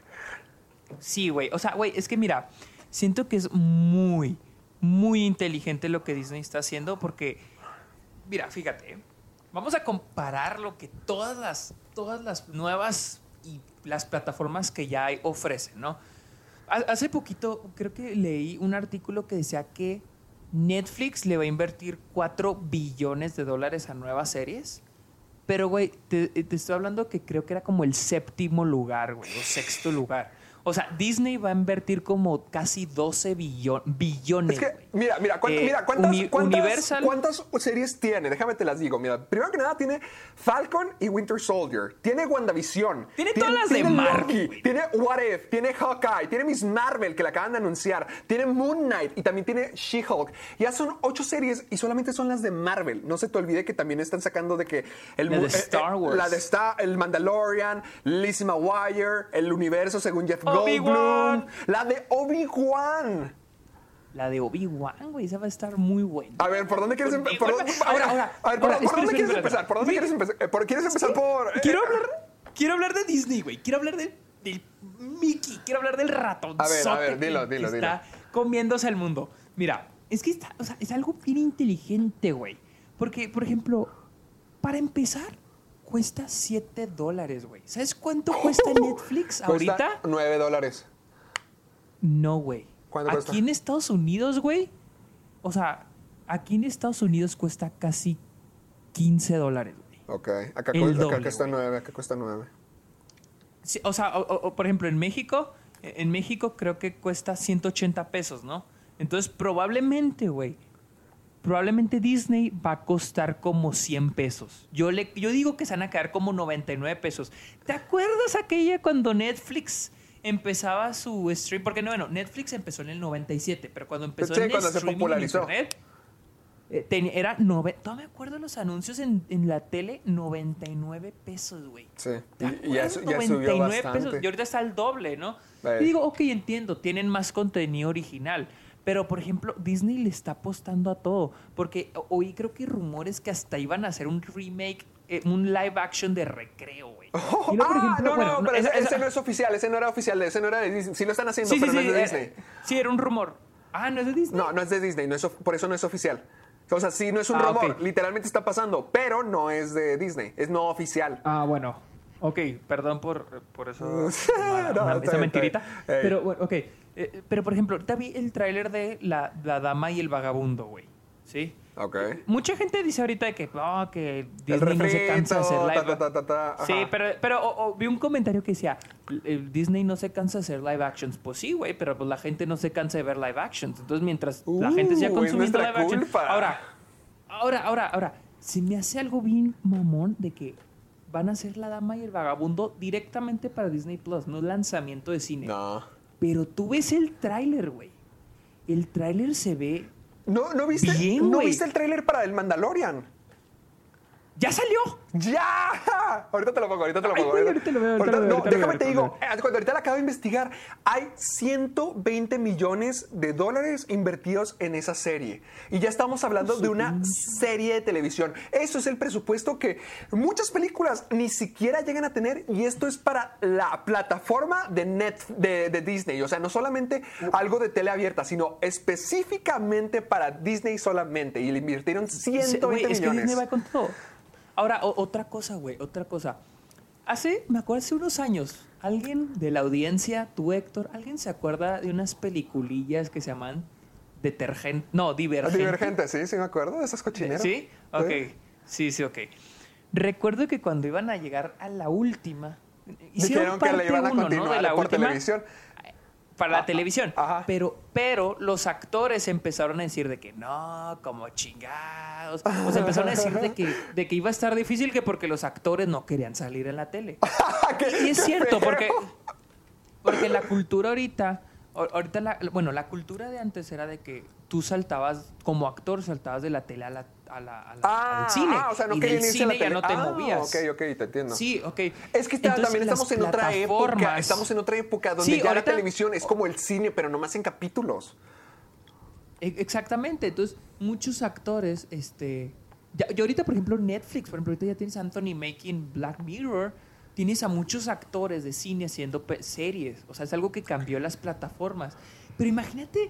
Sí, güey. O sea, güey, es que mira, siento que es muy, muy inteligente lo que Disney está haciendo porque, mira, fíjate, ¿eh? Vamos a comparar lo que todas las, todas las nuevas y las plataformas que ya hay ofrecen, ¿no? Ha- Hace poquito creo que leí un artículo que decía que Netflix le va a invertir cuatro billones de dólares a nuevas series. Pero, güey, te, te estoy hablando que creo que era como el séptimo lugar, güey, o sexto lugar. O sea, Disney va a invertir como casi doce billo- billones, Es que, güey. mira, mira, ¿cuántas, Eh, mira, ¿cuántas, Uni- cuántas- Universal. cuántas series tiene? Déjame te las digo. Mira, primero que nada tiene Falcon y Winter Soldier. Tiene WandaVision. Tiene todas las de tiene Marvel, Loki, tiene What If, tiene Hawkeye, tiene Miss Marvel, que la acaban de anunciar. Tiene Moon Knight y también tiene She-Hulk. Ya son ocho series y solamente son las de Marvel. No se te olvide que también están sacando de que... El, La de mu- eh, eh, Star Wars. La de Star, el Mandalorian, Lizzie McGuire, el universo según Jeff Obi-Wan. Goldblum. La de Obi-Wan. La de Obi-Wan, güey, esa va a estar muy buena. A ver, ¿por dónde quieres empezar? Ahora, ahora, A ver, ¿por, ahora, por espera, dónde espera, quieres espera, empezar? ¿Por dónde mira. quieres empezar? Eh, por- ¿Quieres empezar por...? eh, Quiero hablar, quiero hablar de Disney, güey. Quiero hablar del, del Mickey. Quiero hablar del ratón. A ver, a ver, dilo, que, dilo, que dilo. está comiéndose el mundo. Mira, es que está, o sea, es algo bien inteligente, güey. Porque, por ejemplo, para empezar, cuesta siete dólares, güey. ¿Sabes cuánto cuesta Netflix ahorita? Cuesta nueve dólares. No, güey. ¿Cuánto Aquí cuesta? en Estados Unidos, güey. O sea, aquí en Estados Unidos cuesta casi quince dólares, güey. Ok, acá, El cu- acá doble, cuesta güey. nueve, acá cuesta nueve. Sí, o sea, o- o- o, por ejemplo, en México, en México creo que cuesta ciento ochenta pesos, ¿no? Entonces, probablemente, güey, probablemente Disney va a costar como cien pesos. Yo, le, yo digo que se van a quedar como noventa y nueve pesos. ¿Te acuerdas aquella cuando Netflix empezaba su stream? Porque, no, bueno, Netflix empezó en el noventa y siete, pero cuando empezó Sí, en cuando se streaming en popularizó. internet, eh, tenía- era nove- no me acuerdo los anuncios en, en la tele, noventa y nueve pesos, güey. Sí, ¿Te y, y ya, acuerdas? su- ya subió noventa y nueve bastante. pesos. Y ahorita está al doble, ¿no? Eh. Y digo, ok, entiendo, tienen más contenido original. Pero, por ejemplo, Disney le está apostando a todo. Porque o- oí creo que rumores que hasta iban a hacer un remake, eh, un live action de Recreo, güey. Oh, Y luego, por ah, ejemplo, no, bueno, no, pero esa- ese, esa- ese no es oficial, ese no era oficial, ese no era de Disney. Sí lo están haciendo, Sí, sí, pero sí, no es de eh, Disney. sí, era un rumor. Ah, ¿no es de Disney? No, no es de Disney, no es, of- por eso no es oficial. O sea, sí, no es un Ah, rumor, ok. literalmente está pasando, pero no es de Disney, es no oficial. Ah, bueno. Ok, perdón por, por eso. No, una- está una- bien, esa mentirita. está bien. Ey. Pero, bueno, ok. Eh, pero, por ejemplo, ahorita vi el tráiler de la, la Dama y el Vagabundo, güey. ¿Sí? Ok. Mucha gente dice ahorita de que, oh, que El Disney no se cansa de hacer refrito, live ta, ta, ta, ta, ta, Sí, ajá. pero, pero o- o vi un comentario que decía, el Disney no se cansa de hacer live actions. Pues sí, güey, pero pues la gente no se cansa de ver live actions. Entonces, mientras la gente siga Uh, es consumiendo nuestra live actions... culpa. Ahora, ahora, ahora, ahora, se me hace algo bien mamón de que van a hacer La Dama y el Vagabundo directamente para Disney Plus, no lanzamiento de cine. No. Pero tú ves el tráiler, güey. El tráiler se ve... ¿No, no viste, Bien, ¿no güey. viste el tráiler para el Mandalorian? ¡Ya salió! ¡Ya! Ahorita te lo pongo, ahorita te lo Ay, pongo. güey, ahorita lo veo, ahorita Ahorita- lo veo, no, ahorita lo déjame veo, te ahorita digo, eh, cuando ahorita la acabo de investigar, hay ciento veinte millones de dólares invertidos en esa serie. Y ya estamos hablando de una serie de televisión. Eso es el presupuesto que muchas películas ni siquiera llegan a tener. Y esto es para la plataforma de, Net, de, de Disney. O sea, no solamente algo de tele abierta, sino específicamente para Disney solamente. Y le invirtieron ciento Güey, veinte es que millones. Disney va con todo. Ahora, o- otra cosa, güey, otra cosa. Hace, me acuerdo hace unos años, ¿Alguien de la audiencia, tú Héctor, alguien se acuerda de unas peliculillas que se llaman Detergente? No, Divergente. Divergente, sí, sí me acuerdo de esas cochineras. ¿Sí? Ok. Sí, sí, ok. Recuerdo que cuando iban a llegar a la última, dijeron que la iban a continuar, ¿no?, de la por última, televisión. Para la ah, televisión. Ajá. Pero, pero los actores empezaron a decir de que no, como chingados. O sea, empezaron a decir de que, de que iba a estar difícil que porque los actores no querían salir en la tele. ¿Qué, y es cierto, feo. porque, porque la cultura ahorita, ahorita la, bueno, la cultura de antes era de que tú saltabas, como actor, saltabas de la tele a la, a la, a la ah, al cine. Ah, o sea, no y querían del irse cine a la tele. ya no te ah, movías. Ok, ok, te entiendo. Sí, ok. Es que está, Entonces, también estamos en otra época. Estamos en otra época donde sí, ya ahorita, la televisión es como el cine, pero nomás en capítulos. Exactamente. Entonces, muchos actores, este... Ya, yo ahorita, por ejemplo, Netflix, por ejemplo, ahorita ya tienes a Anthony making Black Mirror. Tienes a muchos actores de cine haciendo series. O sea, es algo que cambió las plataformas. Pero imagínate...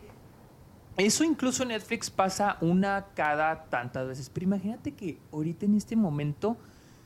Eso incluso Netflix pasa una cada tantas veces. Pero imagínate que ahorita en este momento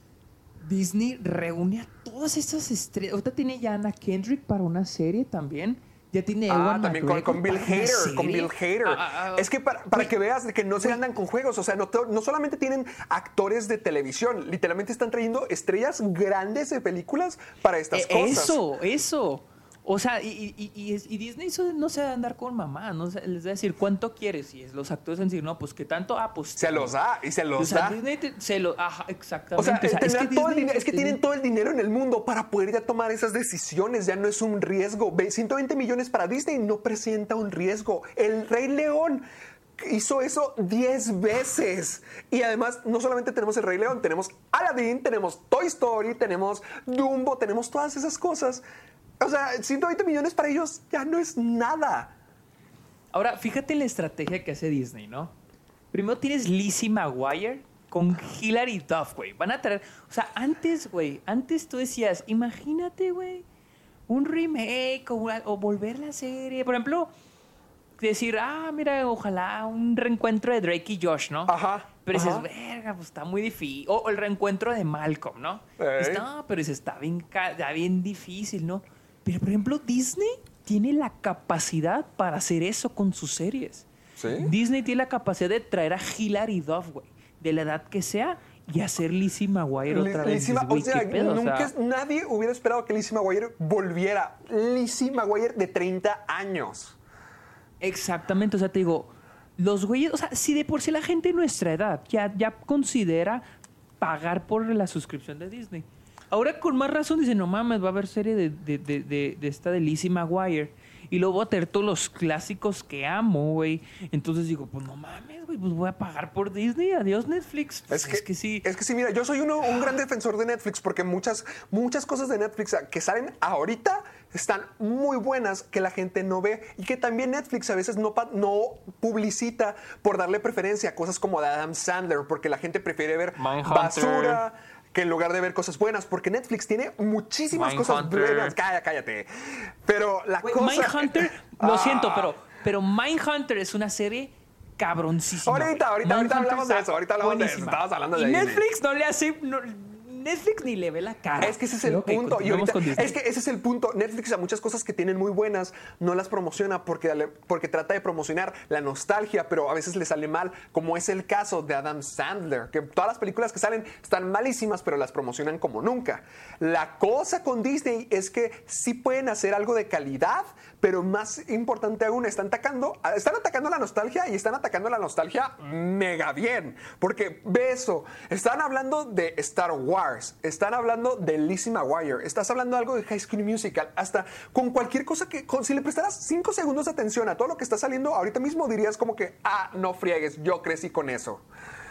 Disney reúne a todas estas estrellas. Ahorita tiene ya Anna Kendrick para una serie también. Ya tiene Ah, Ewan también con, con Bill Hader, con Bill Hader. Ah, ah, ah, es que para, para que veas que no se andan con juegos, o sea, no, no solamente tienen actores de televisión, literalmente están trayendo estrellas grandes de películas para estas eh, cosas. Eso, eso. O sea, y, y, y, y Disney no se va a andar con mamá, no se, les va a decir cuánto quieres. Y los actores van a decir, no, pues qué tanto, ah, pues. Se los da, y se los o sea, da. Disney te, se lo, ajá, exactamente. O sea, o sea es, que todo Disney, el es que Disney, tienen todo el dinero en el mundo para poder ya tomar esas decisiones, ya no es un riesgo. ciento veinte millones para Disney no presenta un riesgo. El Rey León hizo eso diez veces. Y además, no solamente tenemos el Rey León, tenemos Aladdin, tenemos Toy Story, tenemos Dumbo, tenemos todas esas cosas. O sea, ciento veinte millones para ellos ya no es nada. Ahora, fíjate en la estrategia que hace Disney, ¿no? Primero tienes Lizzie McGuire con Hilary Duff, güey. Van a traer... O sea, antes, güey, antes tú decías, imagínate, güey, un remake o, o volver la serie. Por ejemplo, decir, ah, mira, ojalá un reencuentro de Drake y Josh, ¿no? Ajá. Pero ajá. dices, verga, pues está muy difícil. O, o el reencuentro de Malcolm, ¿no? Dices, no, pero dices, está bien, está bien difícil, ¿no? Pero, por ejemplo, Disney tiene la capacidad para hacer eso con sus series. ¿Sí? Disney tiene la capacidad de traer a Hilary Duff, güey, de la edad que sea, y hacer Lizzie McGuire otra vez. Lizzie, o sea, pedo, nunca, o sea, nadie hubiera esperado que Lizzie McGuire volviera. Lizzie McGuire de treinta años. Exactamente, o sea, te digo, los güeyes, o sea, si de por sí la gente de nuestra edad ya, ya considera pagar por la suscripción de Disney. Ahora con más razón dicen, no mames, va a haber serie de, de, de, de, de esta de Lizzie McGuire. Y luego voy a tener todos los clásicos que amo, güey. Entonces digo, pues no mames, güey, pues voy a pagar por Disney. Adiós, Netflix. Pues es, que, es que sí. Es que sí, mira, yo soy uno, un gran defensor de Netflix porque muchas, muchas cosas de Netflix que salen ahorita están muy buenas que la gente no ve y que también Netflix a veces no, no publicita por darle preferencia a cosas como de Adam Sandler porque la gente prefiere ver Mindhunter. Basura que en lugar de ver cosas buenas, porque Netflix tiene muchísimas cosas buenas. Cállate, cállate. Pero la Wait, cosa... Mindhunter, lo ah. siento, pero, pero Mindhunter es una serie cabroncísima. Ahorita, ahorita, ahorita hablamos de eso. Ahorita hablamos buenísima. de eso. Estabas hablando de y Disney. Netflix no le hace... No, Netflix ni le ve la cara. Es que ese es el okay, punto. Y ahorita, es que ese es el punto. Netflix a muchas cosas que tienen muy buenas no las promociona porque, porque trata de promocionar la nostalgia, pero a veces le sale mal, como es el caso de Adam Sandler, que todas las películas que salen están malísimas, pero las promocionan como nunca. La cosa con Disney es que sí pueden hacer algo de calidad, pero más importante aún, están atacando, están atacando la nostalgia y están atacando la nostalgia mega bien. Porque ve eso, están hablando de Star Wars. Están hablando de Lizzie McGuire. Estás hablando de algo de High School Musical. Hasta con cualquier cosa que... Con, si le prestaras cinco segundos de atención a todo lo que está saliendo ahorita mismo, dirías como que, ah, no friegues, yo crecí con eso.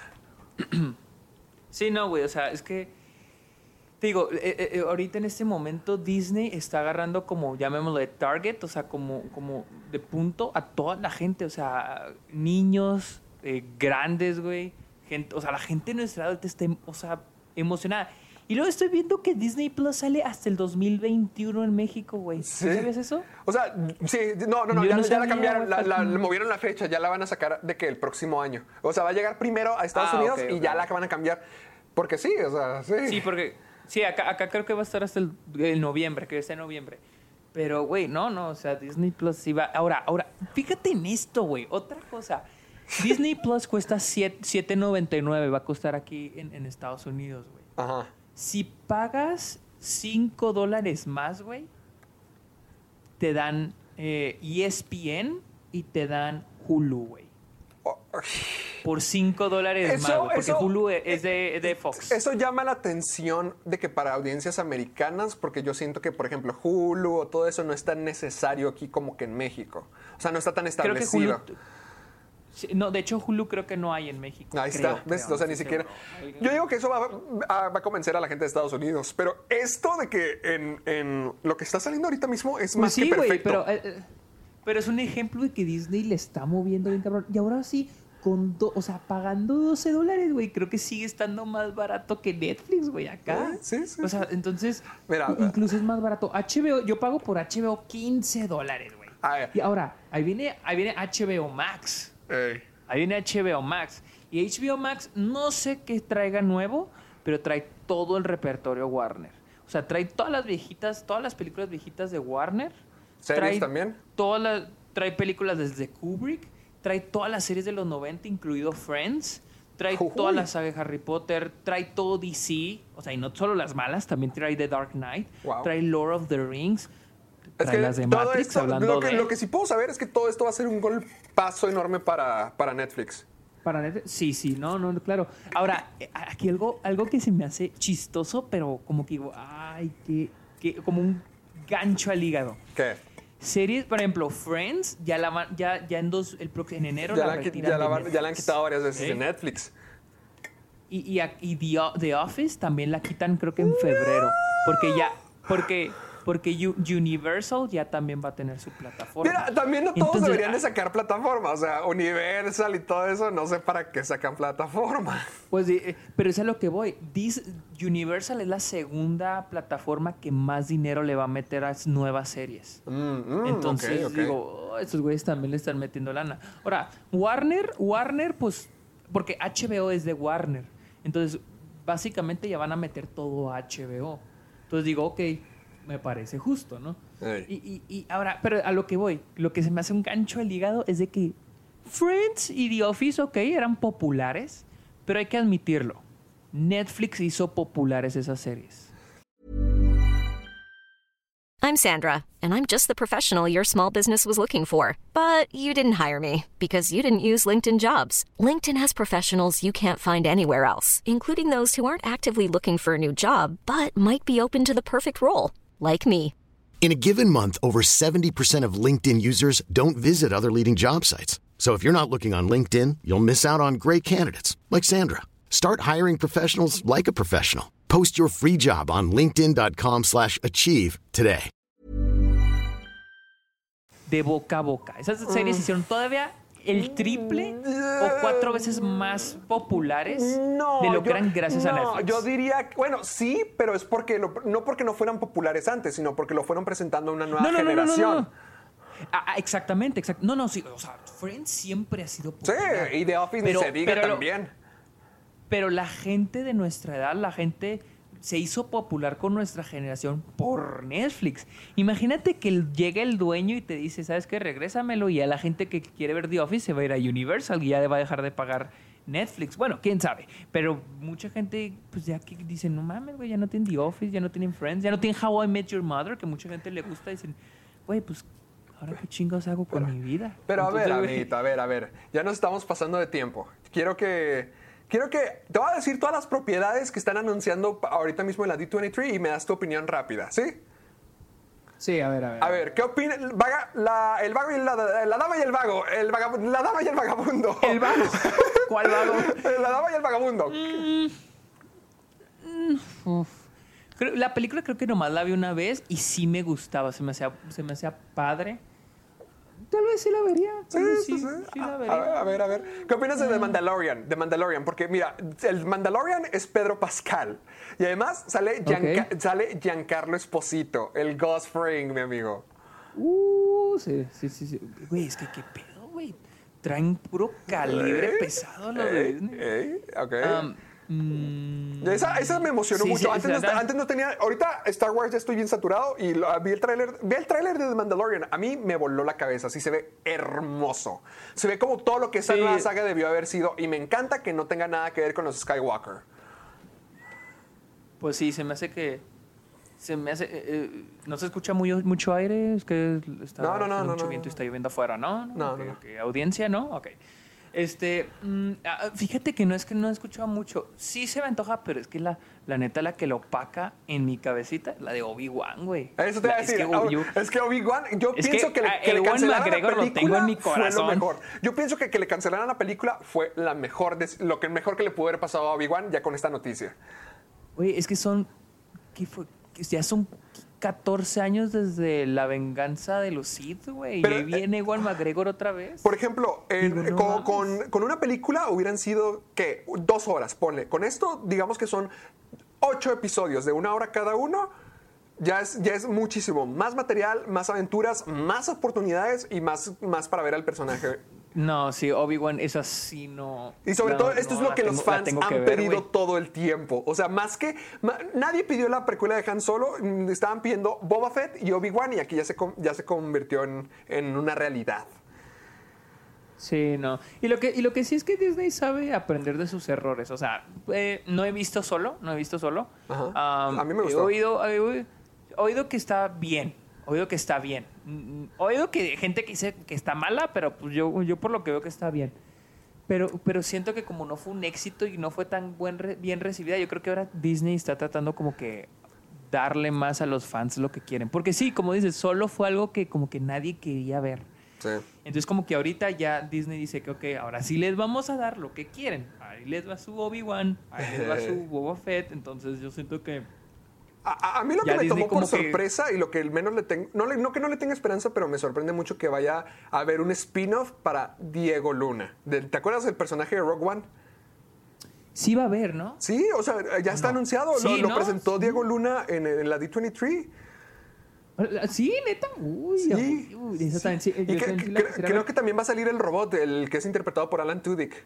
Sí, no, güey. O sea, es que... Te digo, eh, eh, ahorita en este momento Disney está agarrando como, llamémoslo de target, o sea, como, como de punto a toda la gente. O sea, niños, eh, grandes, güey. Gente, o sea, la gente de nuestra edad está... O sea... emocionada. Y luego estoy viendo que Disney Plus sale hasta el dos mil veintiuno en México, güey. ¿Sí? ¿Sabías eso? O sea, sí, no, no, no, Yo ya, no ya sabía, la cambiaron, la, la, mm. le movieron la fecha, ya la van a sacar de que el próximo año. O sea, va a llegar primero a Estados ah, Unidos okay, y okay. ya la van a cambiar. Porque sí, o sea, sí. Sí, porque, Sí, acá, acá creo que va a estar hasta el, el noviembre, que está en noviembre. Pero, güey, no, no, o sea, Disney Plus sí va... Ahora, ahora, fíjate en esto, güey, otra cosa. Disney Plus cuesta siete noventa y nueve, va a costar aquí en, en Estados Unidos, güey. Ajá. Si pagas cinco dólares más, güey, te dan eh, E S P N y te dan Hulu, güey. Oh, por cinco dólares eso, más, güey, porque eso, Hulu es de, de Fox. Eso llama la atención de que para audiencias americanas, porque yo siento que, por ejemplo, Hulu o todo eso no es tan necesario aquí como que en México. O sea, no está tan establecido. Creo que Hulu, no, de hecho, Hulu creo que no hay en México. Ahí creo, está, ¿ves? creo, O sea, no ni estoy siquiera... seguro. Yo digo que eso va a, va a convencer a la gente de Estados Unidos, pero esto de que en, en lo que está saliendo ahorita mismo es Pues más sí, que güey, perfecto. pero, eh, pero es un ejemplo de que Disney le está moviendo bien cabrón. Y ahora sí, con do, o sea, pagando doce dólares, güey, creo que sigue estando más barato que Netflix, güey, acá. ¿Eh? Sí, sí. O sea, entonces, Mira, incluso es más barato. H B O, yo pago por H B O quince dólares, güey. Y ahora, ahí viene, ahí viene H B O Max. Ey. Ahí viene H B O Max. Y H B O Max, no sé qué traiga nuevo, pero trae todo el repertorio Warner. O sea, trae todas las viejitas, todas las películas viejitas de Warner. ¿Series trae también? Todas las, trae películas desde Kubrick. Trae todas las series de los noventa, incluido Friends. Trae Uy. toda la saga de Harry Potter. Trae todo D C. O sea, y no solo las malas, también trae The Dark Knight. Wow. Trae Lord of the Rings. Es Trae que las de todo Matrix, esto, hablando lo, que, de... lo que sí puedo saber es que todo esto va a ser un golpazo enorme para, para Netflix. Para Netflix, sí, sí, no, no, claro. Ahora, eh, aquí algo, algo que se me hace chistoso, pero como que digo, ay, que, que como un gancho al hígado. ¿Qué? Series, por ejemplo, Friends, ya la van- ya, ya en dos, el próximo en enero Ya la la, han qui- retiran ya, la de van- ya la han Netflix. quitado varias veces ¿Eh? de Netflix. Y, y, a- y The, O- The Office también la quitan creo que en febrero. Porque ya, porque, porque U- Universal ya también va a tener su plataforma. Mira, también no todos Entonces, deberían de ah, sacar plataforma. O sea, Universal y todo eso, no sé para qué sacan plataforma. Pues, eh, pero es a lo que voy. Dis- Universal es la segunda plataforma que más dinero le va a meter a nuevas series. Mm, mm, Entonces, ok, ok. digo, oh, estos güeyes también le están metiendo lana. Ahora, Warner, Warner, pues, porque H B O es de Warner. Entonces, básicamente ya van a meter todo a H B O. Entonces digo, ok, me parece justo, ¿no? Ey. Y, y, y ahora, pero a lo que voy, lo que se me hace un gancho al hígado es de que Friends y The Office, ok, eran populares, pero hay que admitirlo. Netflix hizo populares esas series. I'm Sandra, and I'm just the professional your small business was looking for. But you didn't hire me because you didn't use LinkedIn Jobs. LinkedIn has professionals you can't find anywhere else, including those who aren't actively looking for a new job, but might be open to the perfect role, like me. In a given month, over seventy percent of LinkedIn users don't visit other leading job sites. So if you're not looking on LinkedIn, you'll miss out on great candidates like Sandra. Start hiring professionals like a professional. Post your free job on linkedin dot com slash achieve today. De boca a boca. Esas series se hicieron todavía el triple o cuatro veces más populares No, de lo que yo- eran gracias a no, Netflix. yo diría, que- bueno, sí, pero es porque lo- no porque no fueran populares antes, sino porque lo fueron presentando a una nueva No, no, no, no, no, generación. no. Ah, ah, exactamente, exact- No, no, sí, o sea, Friends siempre ha sido Sí, popular. y The Office Pero- ni se diga pero lo- también. Pero la gente de nuestra edad, la gente se hizo popular con nuestra generación por Netflix. Imagínate que el- llega el dueño y te dice, ¿sabes qué? Regrésamelo, y a la gente que quiere ver The Office se va a ir a Universal y ya va a dejar de pagar Netflix. Bueno, quién sabe. Pero mucha gente, pues ya que dice, no mames, güey, ya no tienen The Office, ya no tienen Friends, ya no tienen How I Met Your Mother, que mucha gente le gusta. Dicen, güey, pues, ¿ahora qué chingados hago con mi vida? Pero a ver, Entonces, güey, amiguito, a ver, a ver. Ya nos estamos pasando de tiempo. Quiero que... Quiero que... Te voy a decir todas las propiedades que están anunciando pa- ahorita mismo en la D veintitrés y me das tu opinión rápida, ¿sí? Sí, a ver, a ver. A ver, ¿qué opina el, vaga- la, el vago y la, la dama y el vago? El vagab- la dama y el vagabundo. ¿El vago? ¿Cuál vago? La dama y el vagabundo. Uf. Creo- la película creo que nomás la vi una vez y sí me gustaba, se me hacía, se me hacía padre. Tal vez sí la vería. Sí, tal vez sí, sí. sí la A, vería. a ver, a ver. ¿Qué opinas de The Mandalorian? De Mandalorian, porque mira, el Mandalorian es Pedro Pascal. Y además sale, Gianca- Ok. sale Giancarlo Esposito, el Ghost Fring, mi amigo. Uh, sí, sí, sí, sí. Güey, es que qué pedo, güey. Traen puro calibre ¿Eh? pesado los de Ey, Disney. ey, ok. Um, Mm, esa, esa me emocionó sí, mucho. sí, antes, sí, no, antes no tenía... Ahorita Star Wars ya estoy bien saturado y lo, vi el tráiler vi el tráiler de The Mandalorian. A mí me voló la cabeza. Sí, se ve hermoso. Se ve como todo lo que esa Sí. nueva saga debió haber sido. Y me encanta que no tenga nada que ver con los Skywalker. Pues sí, se me hace que... Se me hace... eh, eh, no se escucha muy, mucho aire, es que está No, no, no, haciendo no, mucho no, viento y no. está lloviendo afuera, ¿no? No, Ok, no, no. ok. ¿Audiencia, no? Ok. Este, mm, ah, fíjate que no es que no he escuchado mucho. Sí se me antoja, pero es que la, la neta, la que lo opaca en mi cabecita, la de Obi-Wan, güey. Eso te iba a La- decir. Es que, Oh, yo- es que Obi-Wan, yo Es pienso que, que, le, ah, que le Ewan cancelaran la McGregor lo película tengo en mi fue lo corazón. mejor. Yo pienso que que le cancelaran la película fue la mejor des- lo que mejor que le pudo haber pasado a Obi-Wan ya con esta noticia. Güey, es que son... ¿Qué fue? Que Ya son catorce años desde la venganza de los Sith, güey. Y Pero, ahí viene Ewan McGregor otra vez. Por ejemplo, en- Digo, no con, mames. con- con una película hubieran sido, ¿qué? Dos horas, ponle. Con esto, digamos que son ocho episodios de una hora cada uno. Ya es, ya es muchísimo. Más material, más aventuras, más oportunidades y más, más para ver al personaje. No, sí, Obi-Wan es así, no... Y sobre no, todo, esto no, es lo la que los tengo- la fans tengo han que ver, pedido güey. todo el tiempo. O sea, más que... ma- nadie pidió la precuela de Han Solo. mm, Estaban pidiendo Boba Fett y Obi-Wan y aquí ya se, con- ya se convirtió en, en una realidad. Sí, no. Y lo que y lo que sí es que Disney sabe aprender de sus errores. O sea, eh, no he visto solo, no he visto solo. Ajá. Um, A mí me He gustó. oído, he oído, he oído que está bien. He oído que está bien. Mm, He oído que gente que dice que está mala, pero pues yo, yo por lo que veo que está bien. Pero, pero siento que como no fue un éxito y no fue tan buen re- bien recibida, yo creo que ahora Disney está tratando como que darle más a los fans lo que quieren. Porque sí, como dices, solo fue algo que como que nadie quería ver. Sí. Entonces como que ahorita ya Disney dice que ok, ahora sí les vamos a dar lo que quieren. Ahí les va su Obi-Wan, ahí les va su Boba Fett. Entonces yo siento que... A, a- a mí lo que Ya me Disney tomó por como que- sorpresa y lo que menos le tengo, no, le- no que no le tenga esperanza, pero me sorprende mucho que vaya a haber un spin-off para Diego Luna. De- ¿Te acuerdas del personaje de Rogue One? Sí va a haber, ¿no? Sí, o sea, ya está anunciado. Lo, Sí, lo ¿no? presentó Sí. Diego Luna en, en la D veintitrés. Sí, neta. Uy, Sí. uy, esa también sí, Y yo que- también sí que- la creo, quisiera creo ver. que también va a salir el robot, el que es interpretado por Alan Tudyk.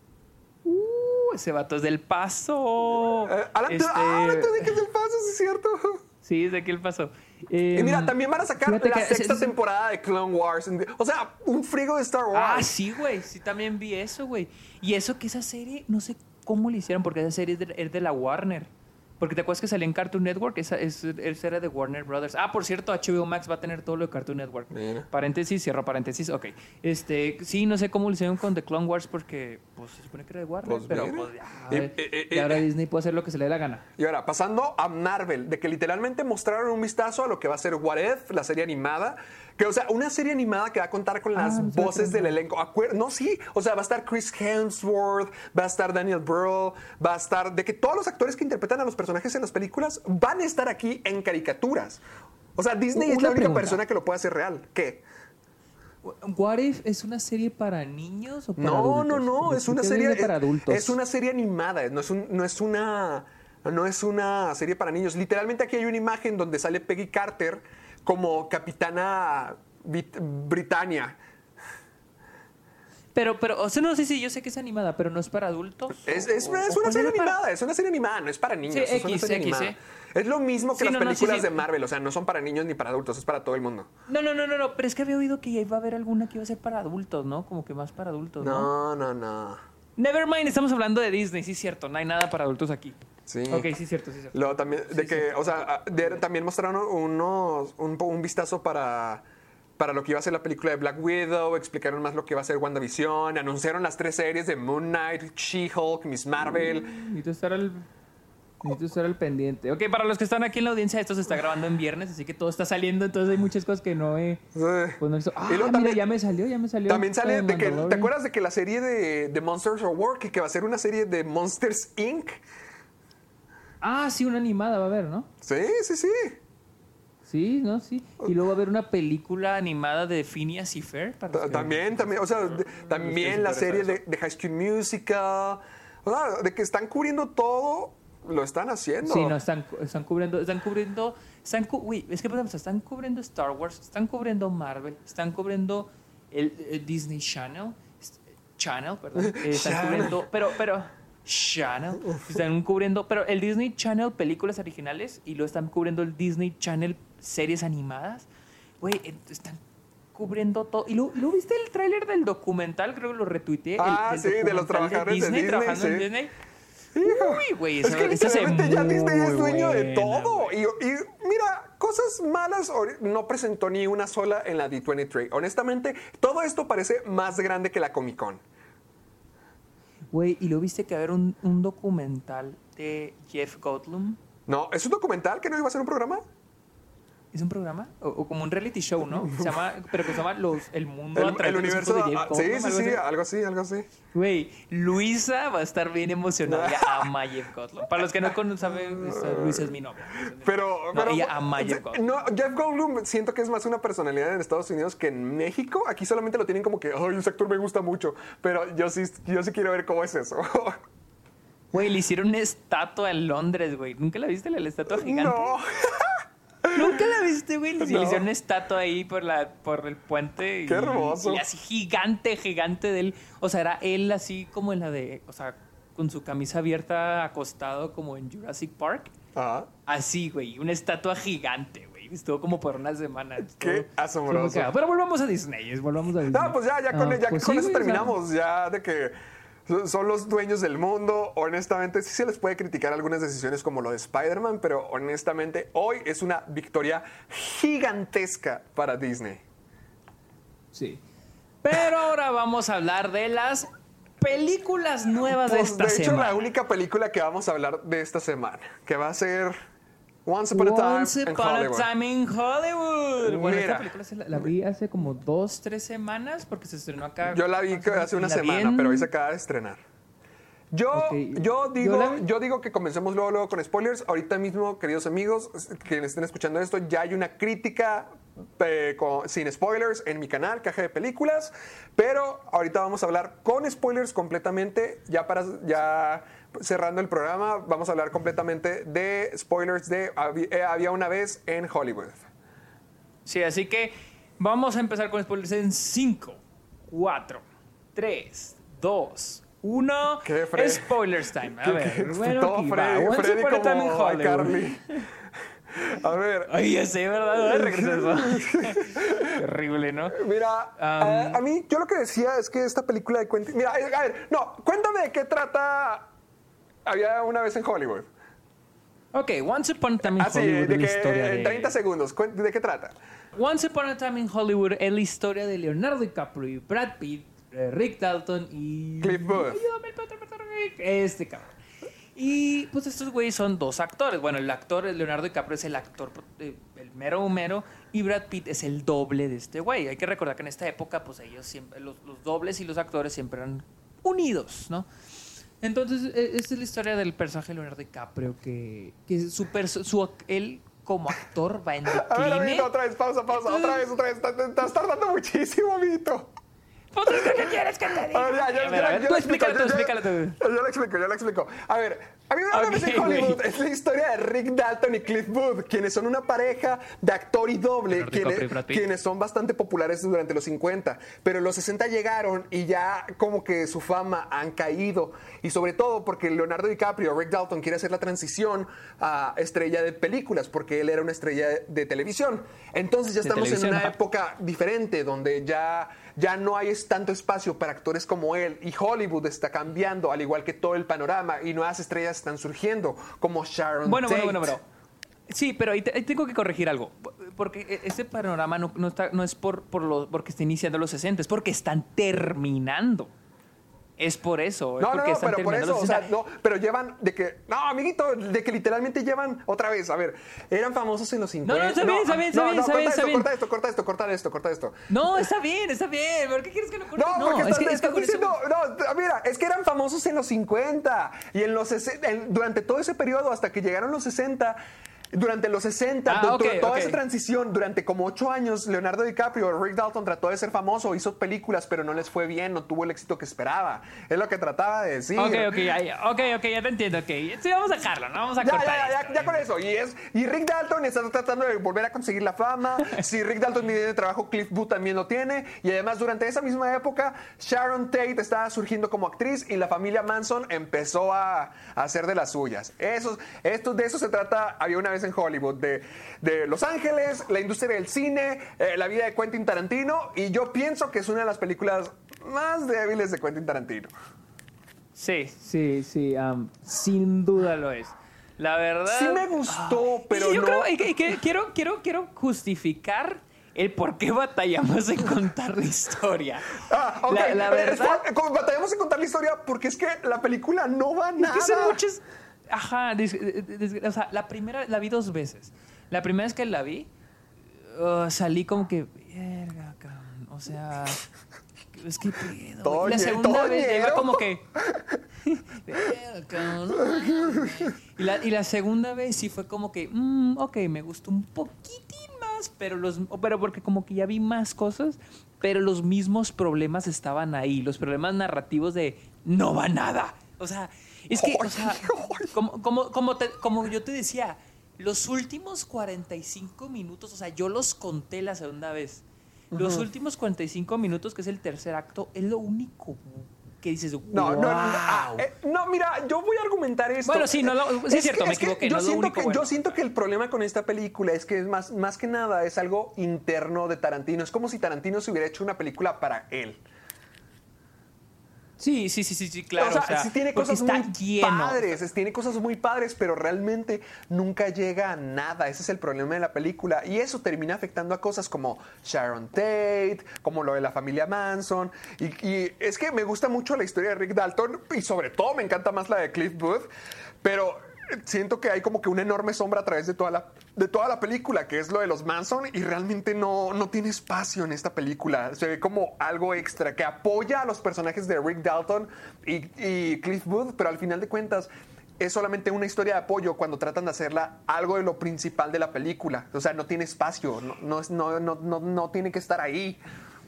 Uh, ese vato es del Paso. Eh, Alan, Tu- Este, ah, Alan Tudyk es del paso, sí es cierto. Sí, es de aquí el Paso. Y Em, mira, también van a sacar fíjate la que- sexta ese- temporada de Clone Wars. O sea, un frigo de Star Wars. Ah, sí, güey. Sí, también vi eso, güey. Y eso que esa serie, no sé cómo le hicieron, porque esa serie es de, es de la Warner. Porque te acuerdas que salía en Cartoon Network, esa, es, esa era de Warner Brothers. Ah, por cierto, H B O Max va a tener todo lo de Cartoon Network. Mira. Paréntesis, cierro paréntesis, ok. Este, sí, no sé cómo lo hicieron con The Clone Wars porque, pues, se supone que era de Warner, Pues pero mira. pues ya. Y- eh, y- y- y ahora y- Disney puede hacer lo que se le dé la gana. Y ahora, pasando a Marvel, de que literalmente mostraron un vistazo a lo que va a ser What If, la serie animada. Que, o sea, una serie animada que va a contar con las Ah, no sabía voces que del era. elenco. Acuer- No, sí. O sea, va a estar Chris Hemsworth, va a estar Daniel Brühl, va a estar... De que todos los actores que interpretan a los personajes en las películas van a estar aquí en caricaturas. O sea, Disney es Una la única pregunta. persona que lo puede hacer real. ¿Qué? ¿What If es una serie para niños o para No, adultos? no, no, Porque es una creo que serie viene para adultos. Es una serie animada, no es un- no es una no es una serie para niños. Literalmente aquí hay una imagen donde sale Peggy Carter como capitana Brit- Britannia. Pero, pero, o sea, no sé si yo sé que es animada, pero no es para adultos. Es, o- es- o- es o una cuál serie era para- animada, es una serie animada, no es para niños, Sí, es una X, serie X, animada. ¿eh? Es lo mismo que Sí, las no, no, sí, películas sí. de Marvel, o sea, no son para niños ni para adultos, es para todo el mundo. No, no, no, no, no, pero es que había oído que iba a haber alguna que iba a ser para adultos, ¿no? Como que más para adultos, ¿no? No, no, no. Nevermind, estamos hablando de Disney, sí es cierto, no hay nada para adultos aquí. Sí. Ok, sí es cierto, sí es cierto. Luego también, de que, o sea, de- también mostraron unos, un, po- un vistazo para, para lo que iba a ser la película de Black Widow, explicaron más lo que iba a ser WandaVision, anunciaron las tres series de Moon Knight, She-Hulk, Miss Marvel. Necesito estar al... Necesito estar al pendiente. Ok, para los que están aquí en la audiencia, esto se está grabando en viernes, así que todo está saliendo, entonces hay muchas cosas que no he... Sí. Pues no he visto. Ah, Y luego mira, también- ya me salió, ya me salió. También esta sale de de que, ¿te Mandalorian. acuerdas de que la serie de, de Monsters at Work, y que va a ser una serie de Monsters incorporated? Ah, sí, una animada va a haber, ¿no? Sí, sí, sí. Sí, ¿no? Sí. Y luego va a haber una película animada de Phineas y Ferb. para los Ta- que- También, también, o sea, de- también la serie de, de High School Musical, o sea, de que están cubriendo todo, lo están haciendo. Sí, no, están, están cubriendo, están cubriendo, están, cu- uy, es que por ejemplo, están cubriendo Star Wars, están cubriendo Marvel, están cubriendo el, el Disney Channel, est- Channel, perdón, eh, están Channel. cubriendo, pero, pero, Channel. Están cubriendo, pero el Disney Channel películas originales y lo están cubriendo el Disney Channel series animadas. Güey, están cubriendo todo. ¿Y lo, lo viste el tráiler del documental? Creo que lo retuiteé. Ah, el, sí, de los trabajadores de Disney. De Disney, trabajando sí. en Disney. Hijo, Uy, güey, es eso, que eso se literalmente ya Disney es dueño buena, de todo. Y, güey. y mira, cosas malas no presentó ni una sola en la D veintitrés. Honestamente, todo esto parece más grande que la Comic Con. Güey, ¿y lo viste que va a haber un, un documental de Jeff Goldblum? No, ¿es un documental que no iba a ser un programa? ¿Es un programa? O, o como un reality show, ¿no? Se llama, pero que se llama los, El Mundo El, a través el de los universo. ojos de Jeff ah, Goldblum, sí, sí, algo sí, así. algo así, algo así. Güey, Luisa va a estar bien emocionada. Ella ama a Jeff Goldblum. Para los que no conocen, saben, esta- Luisa es mi novia. Pero, No, pero ella ama a Jeff Goldblum. No, Jeff Goldblum siento que es más una personalidad en Estados Unidos que en México. Aquí solamente lo tienen como que, ay, ese actor me gusta mucho. Pero yo sí, yo sí quiero ver cómo es eso. Güey, le hicieron una estatua en Londres, güey. ¿Nunca la viste, la, la estatua gigante? No. ¿Nunca la viste, güey? Le No. hicieron una estatua ahí por, la, por el puente. Y, Qué hermoso. Y así gigante, gigante de él. O sea, era él así como en la de... O sea, con su camisa abierta, acostado como en Jurassic Park. Ajá. Así, güey. Una estatua gigante, güey. Estuvo como por una semana. Estuvo- Qué estuvo muy asombroso. cagado. Pero volvamos a Disney. es- Volvamos a Disney. No, pues ya, ya con, Ah, ya pues con sí, eso güey, o sea, terminamos. Ya de que son los dueños del mundo. Honestamente, sí se les puede criticar algunas decisiones como lo de Spider-Man, pero honestamente, hoy es una victoria gigantesca para Disney. Sí. Pero ahora vamos a hablar de las películas nuevas de Pues, esta de hecho, semana. la única película que vamos a hablar de esta semana, que va a ser Once Upon a Time Once in Upon a Hollywood. Time in Hollywood. Bueno, Mira. esta película se la, la vi hace como dos, tres semanas porque se estrenó acá. Yo la vi más o menos, hace una y la vi semana, en- pero hoy se acaba de estrenar. Yo, Ok, yo, digo, yo la vi- yo digo que comencemos luego, luego con spoilers. Ahorita mismo, queridos amigos, quienes estén escuchando esto, ya hay una crítica eh, con- sin spoilers en mi canal, Caja de Películas. Pero ahorita vamos a hablar con spoilers completamente. Ya para ya cerrando el programa, vamos a hablar completamente de spoilers de Había, eh, Había una vez en Hollywood. Sí, así que vamos a empezar con spoilers en cinco, cuatro, tres, dos, uno. ¿Qué, Fred? Spoilers time. A Que- ver, que- bueno, todo aquí va. Freddy, Once Freddy Upon a Time in como Hollywood. iCarly. A ver, Ay, ya sé, ¿verdad? Ay, regresó eso. Terrible, ¿no? mira, a, a mí yo lo que decía es que esta película de Quentin... Mira, eh, a ver, no, cuéntame de qué trata Había una vez en Hollywood. Ok, Once Upon a Time in Así, Hollywood de es la que historia en de... treinta segundos, cuen- ¿de qué trata? Once Upon a Time in Hollywood es la historia de Leonardo DiCaprio y Brad Pitt, eh, Rick Dalton y... Cliff Booth. Ayúdame, el patrón, patrón, Rick. Este cabrón. Y pues estos güeyes son dos actores. Bueno, el actor Leonardo DiCaprio es el actor, eh, el mero mero, y Brad Pitt es el doble de este güey. Hay que recordar que en esta época, pues ellos siempre, los, los dobles y los actores siempre eran unidos, ¿no? Entonces, e- esta es la historia del personaje de Leonardo DiCaprio, que, que su, perso- su él como actor va en A ver, decline. amiguito, otra vez, pausa, pausa, otra vez, otra vez. Te te estás tardando muchísimo, amiguito. Pues, ¿qué quieres que te diga? A ver, ya, ya, A ver, ya, a ver, yo tú lo explico, explícale, tú, yo- yo- explícale tú. Yo lo explico, yo lo explico. A ver, Había una Ok, vez en Hollywood güey. es la historia de Rick Dalton y Cliff Booth, quienes son una pareja de actor y doble, Leonardo DiCaprio y quienes, Brad Pitt. quienes son bastante populares durante los cincuenta, pero los sesenta llegaron y ya como que su fama han caído, y sobre todo porque Leonardo DiCaprio, Rick Dalton, quiere hacer la transición a estrella de películas, porque él era una estrella de, de televisión. Entonces ya De estamos en televisión, una ajá. época diferente, donde ya, ya no hay es- tanto espacio para actores como él, y Hollywood está cambiando, al igual que todo el panorama, y nuevas estrellas están surgiendo, como Sharon Bueno, Tate. bueno, bueno, bueno. Sí, pero ahí, te- ahí tengo que corregir algo. Porque e- este panorama no, no, está, no es por, por los, porque está iniciando los sesenta, es porque están terminando. Es por eso. Es No, no, porque no, están pero por terminando eso, los o sea, sesenta. no, pero llevan de que, no, amiguito, de que literalmente llevan, otra vez, a ver, eran famosos en los cincuenta. no, está bien, está bien, está no, bien, no, está corta bien, esto, está bien. corta esto, corta esto, corta esto, corta esto. No, está bien, está bien. ¿Por qué quieres que lo corte? No, porque es estás, que, es que estás con eso- diciendo, no, mira, es que eran famosos en los cincuenta y en los sesenta, en- durante todo ese periodo hasta que llegaron los sesenta, Durante los sesenta, Ah, tu- tu- ok, toda ok. esa transición, durante como ocho años, Leonardo DiCaprio, Rick Dalton trató de ser famoso, hizo películas, pero no les fue bien, no tuvo el éxito que esperaba. Es lo que trataba de decir. Ok, ok, ya, ya, ok, ok, ya te entiendo, ok. Sí, vamos a dejarlo, ¿no? Vamos a Ya, cortar ya, ya, esto. ya, ya con eso. Y, es, y Rick Dalton está tratando de volver a conseguir la fama. Si Rick Dalton tiene trabajo, Cliff Booth también lo tiene. Y además, durante esa misma época, Sharon Tate estaba surgiendo como actriz y la familia Manson empezó a, a hacer de las suyas. Eso, esto, de eso se trata, había una vez en Hollywood, de, de Los Ángeles, la industria del cine, eh, la vida de Quentin Tarantino. Y yo pienso que es una de las películas más débiles de Quentin Tarantino. Sí, sí, sí, um, sin duda lo es. La verdad... Sí me gustó, pero y yo no... creo y que, y que quiero, quiero, quiero justificar el por qué batallamos en contar la historia. Ah, ok. La, la Eh, verdad... es- como batallamos en contar la historia porque es que la película no va a nada. Es que son muchas... Ajá, dis- dis- o sea, la primera la vi dos veces. La primera vez que la vi, uh, salí como que... Verga, cabrón. O sea... Es que pedo. Toñe, Y la segunda vez ya iba Toñero. como que... Verga, cabrón, no mames. y, la, y la segunda vez sí fue como que... Mm, ok, me gustó un poquitín más, pero, los, pero porque como que ya vi más cosas, pero los mismos problemas estaban ahí. Los problemas narrativos de no va nada. O sea, es que, o sea, como, como, como, te- como yo te decía, los últimos cuarenta y cinco minutos, o sea, yo los conté la segunda vez. Los últimos cuarenta y cinco minutos, que es el tercer acto, es lo único que dices, wow. No, no, no, ah, eh, no, mira, yo voy a argumentar esto. Bueno, sí, no lo- sí es cierto, que- me que equivoqué, Yo, no es lo siento único que, bueno. yo siento que el problema con esta película es que es más, más que nada es algo interno de Tarantino. Es como si Tarantino se hubiera hecho una película para él. Sí, sí, sí, sí, sí, claro. o sea, o sea, sí tiene porque cosas está muy lleno. padres, es- tiene cosas muy padres, pero realmente nunca llega a nada. Ese es el problema de la película. Y eso termina afectando a cosas como Sharon Tate, como lo de la familia Manson. Y, y es que me gusta mucho la historia de Rick Dalton y sobre todo me encanta más la de Cliff Booth, pero siento que hay como que una enorme sombra a través de toda la, de toda la película, que es lo de los Manson, y realmente no, no tiene espacio en esta película. Se ve como algo extra que apoya a los personajes de Rick Dalton y, y Cliff Booth, pero al final de cuentas es solamente una historia de apoyo cuando tratan de hacerla algo de lo principal de la película. O sea, no tiene espacio, no, no, es- no, no, no, no tiene que estar ahí.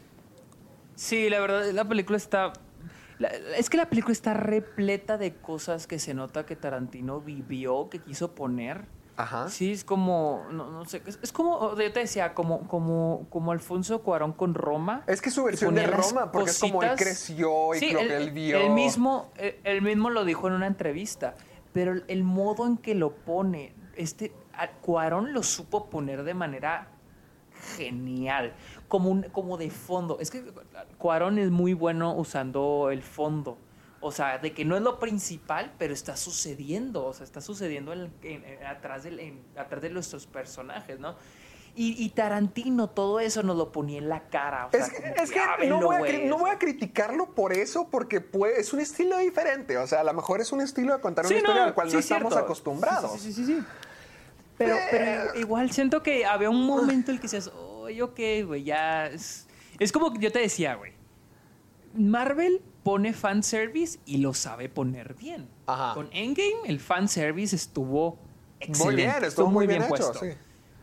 Sí, la verdad, la película está... la- es que la película está repleta de cosas que se nota que Tarantino vivió, que quiso poner. Ajá. Sí, es como, no, no sé, es, es como, o sea, yo te decía, como, como, como Alfonso Cuarón con Roma. Es que su que versión de ponía las Roma, porque es como él cositas- creció y Sí, lo él, que él vio. Él mismo, él, él mismo lo dijo en una entrevista, pero el, el modo en que lo pone, este, a- Cuarón lo supo poner de manera genial, como, un, como de fondo. Es que Cuarón es muy bueno usando el fondo. O sea, de que no es lo principal, pero está sucediendo. O sea, está sucediendo en- en- en- atrás, del, en- atrás de nuestros personajes, ¿no? Y, y Tarantino todo eso nos lo ponía en la cara. O sea, Es que, como es que "Ah, no, velo, voy a, güey". cri- no voy a criticarlo por eso, porque pues, es un estilo diferente. O sea, a lo mejor es un estilo de contar Sí, una historia no, al cual sí, no es estamos cierto. acostumbrados. Sí, sí, sí, sí, sí. Pero, pero igual siento que había un momento en el que decías, oye, ok, güey, ya... Es, es como que yo te decía, güey. Marvel pone fanservice y lo sabe poner bien. Ajá. Con Endgame el fanservice estuvo excelente. Muy bien, estuvo muy bien, hecho. puesto. Sí.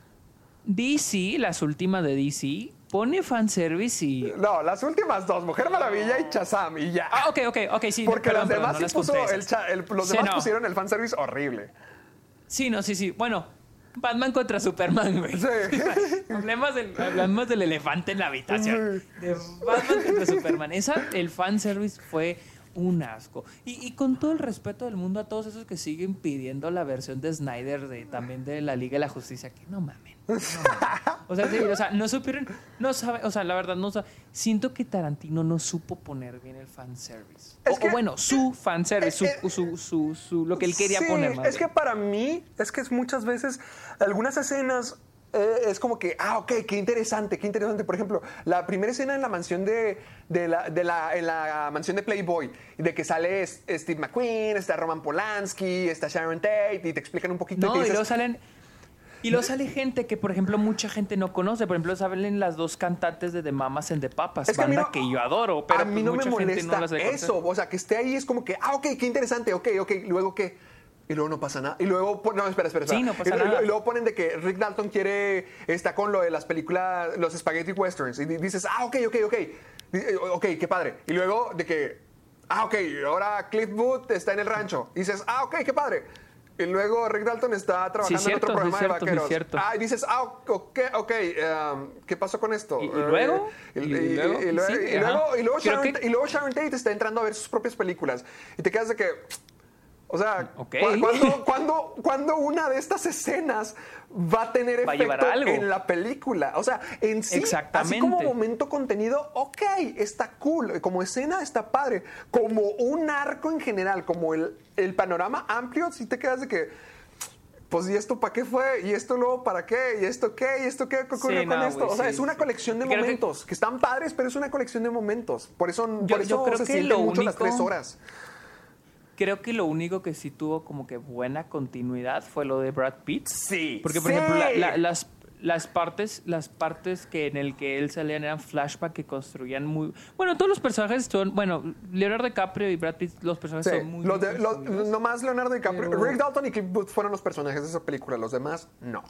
D C, las últimas de D C, pone fanservice y... No, las últimas dos, Mujer Maravilla y Shazam, y ya. Ah, ok, ok, ok, sí. Porque perdón, las demás perdón, no sí las puso conté el esas. cha- el- los Sí, demás no. pusieron el fanservice horrible. Sí, no, sí, sí. Bueno, Batman contra Superman, güey. Sí. Hablemos del, hablamos del elefante en la habitación. De Batman contra Superman. Esa, el fanservice fue un asco. Y, y con todo el respeto del mundo a todos esos que siguen pidiendo la versión de Snyder de, también de la Liga de la Justicia, que no mamen. No mamen. O sea, sí, o sea, no supieron, no sabe, o sea, la verdad, no sabe. Siento que Tarantino no supo poner bien el fanservice. O, Es que- o bueno, su fanservice, su, eh, su, su, su- lo que él quería Sí, poner. más es que bien. para mí, es que es muchas veces, algunas escenas eh, es como que, ah, ok, qué interesante, qué interesante. Por ejemplo, la primera escena en la mansión de, de la, de la, en la mansión de Playboy, de que sale es- Steve McQueen, está Roman Polanski, está Sharon Tate, y te explican un poquito. No, y, y te dices, luego salen. Y luego sale gente que, por ejemplo, mucha gente no conoce. Por ejemplo, salen las dos cantantes de The Mamas and the Papas, Es que a mí banda no- que yo adoro, pero a mí pues no me mucha gente molesta no las debe conocer. eso. O sea, que esté ahí es como que, ah, ok, qué interesante, ok, ok, luego qué. Y luego no pasa nada. Y luego, no, espera, espera, espera. Sí, no pasa y, nada. Y luego ponen de que Rick Dalton quiere, está con lo de las películas, los spaghetti westerns. Y dices, ah, ok, ok, ok. Ok, qué padre. Y luego de que, ah, ok, ahora Cliff Booth está en el rancho. Y dices, ah, ok, qué padre. Y luego Rick Dalton está trabajando Sí, cierto, en otro programa sí, cierto, de vaqueros. sí, cierto. Ah, y dices, ah, ok, ok, um, ¿qué pasó con esto? ¿Y, y luego? Y, ¿Y, y- y luego? y luego, Sí, y ajá. luego, y luego Creo Sharon, que- y luego Sharon Tate está entrando a ver sus propias películas. Y te quedas de que... O sea, Ok. ¿cu- ¿cuándo, cuándo, cuándo una de estas escenas va a tener Va a llevar efecto algo. en la película? O sea, en sí, Exactamente. así como momento contenido, ok, está cool. Como escena está padre. Como un arco en general, como el, el panorama amplio, si te quedas de que... Pues, ¿y esto para qué fue? ¿Y esto luego para qué? ¿Y esto qué? ¿Y esto qué ocurrió Sí, con no, esto? güey, O sea, sí, es una sí. colección de Creo que- momentos que... están padres, pero es una colección de momentos. Por eso, Yo- por eso yo creo se que sienten lo mucho las único- tres horas. Creo que lo único que sí tuvo como que buena continuidad fue lo de Brad Pitt. Sí, Porque, por sí. ejemplo, la- la- las, las partes las partes que en el que él salían eran flashback que construían muy... Bueno, todos los personajes son... Bueno, Leonardo DiCaprio y Brad Pitt, los personajes Sí, son muy... los de- bien los- construidos. nomás Leonardo DiCaprio, Pero- Rick Dalton y Cliff Booth fueron los personajes de esa película. Los demás, no.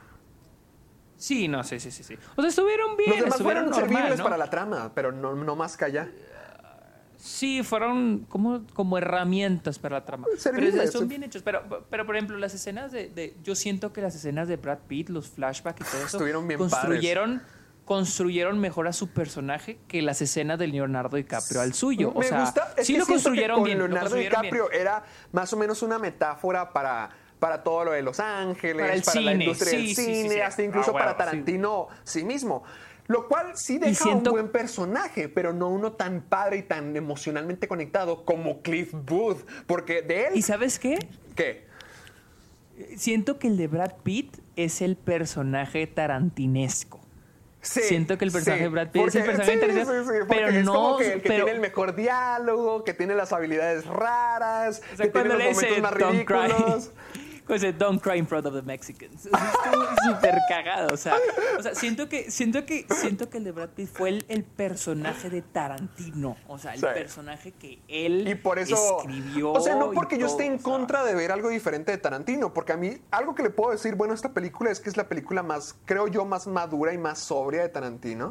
Sí, no, sí, sí, sí, sí. O sea, estuvieron bien, Los demás estuvieron fueron normal, servibles ¿no? para la trama, pero no, no más que allá. Sí, fueron como, como herramientas para la trama. Servibles, Pero son sí. bien hechos. Pero, pero, por ejemplo, las escenas de, de... Yo siento que las escenas de Brad Pitt, los flashbacks y todo eso... Estuvieron bien construyeron, construyeron mejor a su personaje que las escenas de Leonardo DiCaprio al suyo. O Me sea, gusta, es sí que lo siento que construyeron con bien. lo Leonardo construyeron DiCaprio bien. era más o menos una metáfora para, para todo lo de Los Ángeles, Para para, el la cine. industria del Sí, sí, sí, cine, sí. hasta incluso Ah, bueno, para Tarantino sí. mismo. Lo cual sí deja siento- un buen personaje, pero no uno tan padre y tan emocionalmente conectado como Cliff Booth. Porque de él... ¿Y sabes qué? ¿Qué? Siento que el de Brad Pitt es el personaje tarantinesco. Sí, Siento que el personaje sí, de Brad Pitt es el porque- personaje sí, tarantino, sí, sí, porque pero es no, como que el que pero- tiene el mejor diálogo, que tiene las habilidades raras, O sea, que tiene cuando los le dice momentos más "Don't ridículos. cry", cuando dice "Don't cry in front of the Mexicans", O sea, es súper cagado, o sea, o sea, siento que siento que siento que el de Brad Pitt fue el, el personaje de Tarantino, o sea, el Sí. personaje que él Y por eso, escribió. o sea, no y porque yo todo, esté en o sea. contra de ver algo diferente de Tarantino, porque a mí algo que le puedo decir, bueno, esta película es que es la película más, creo yo, más madura y más sobria de Tarantino.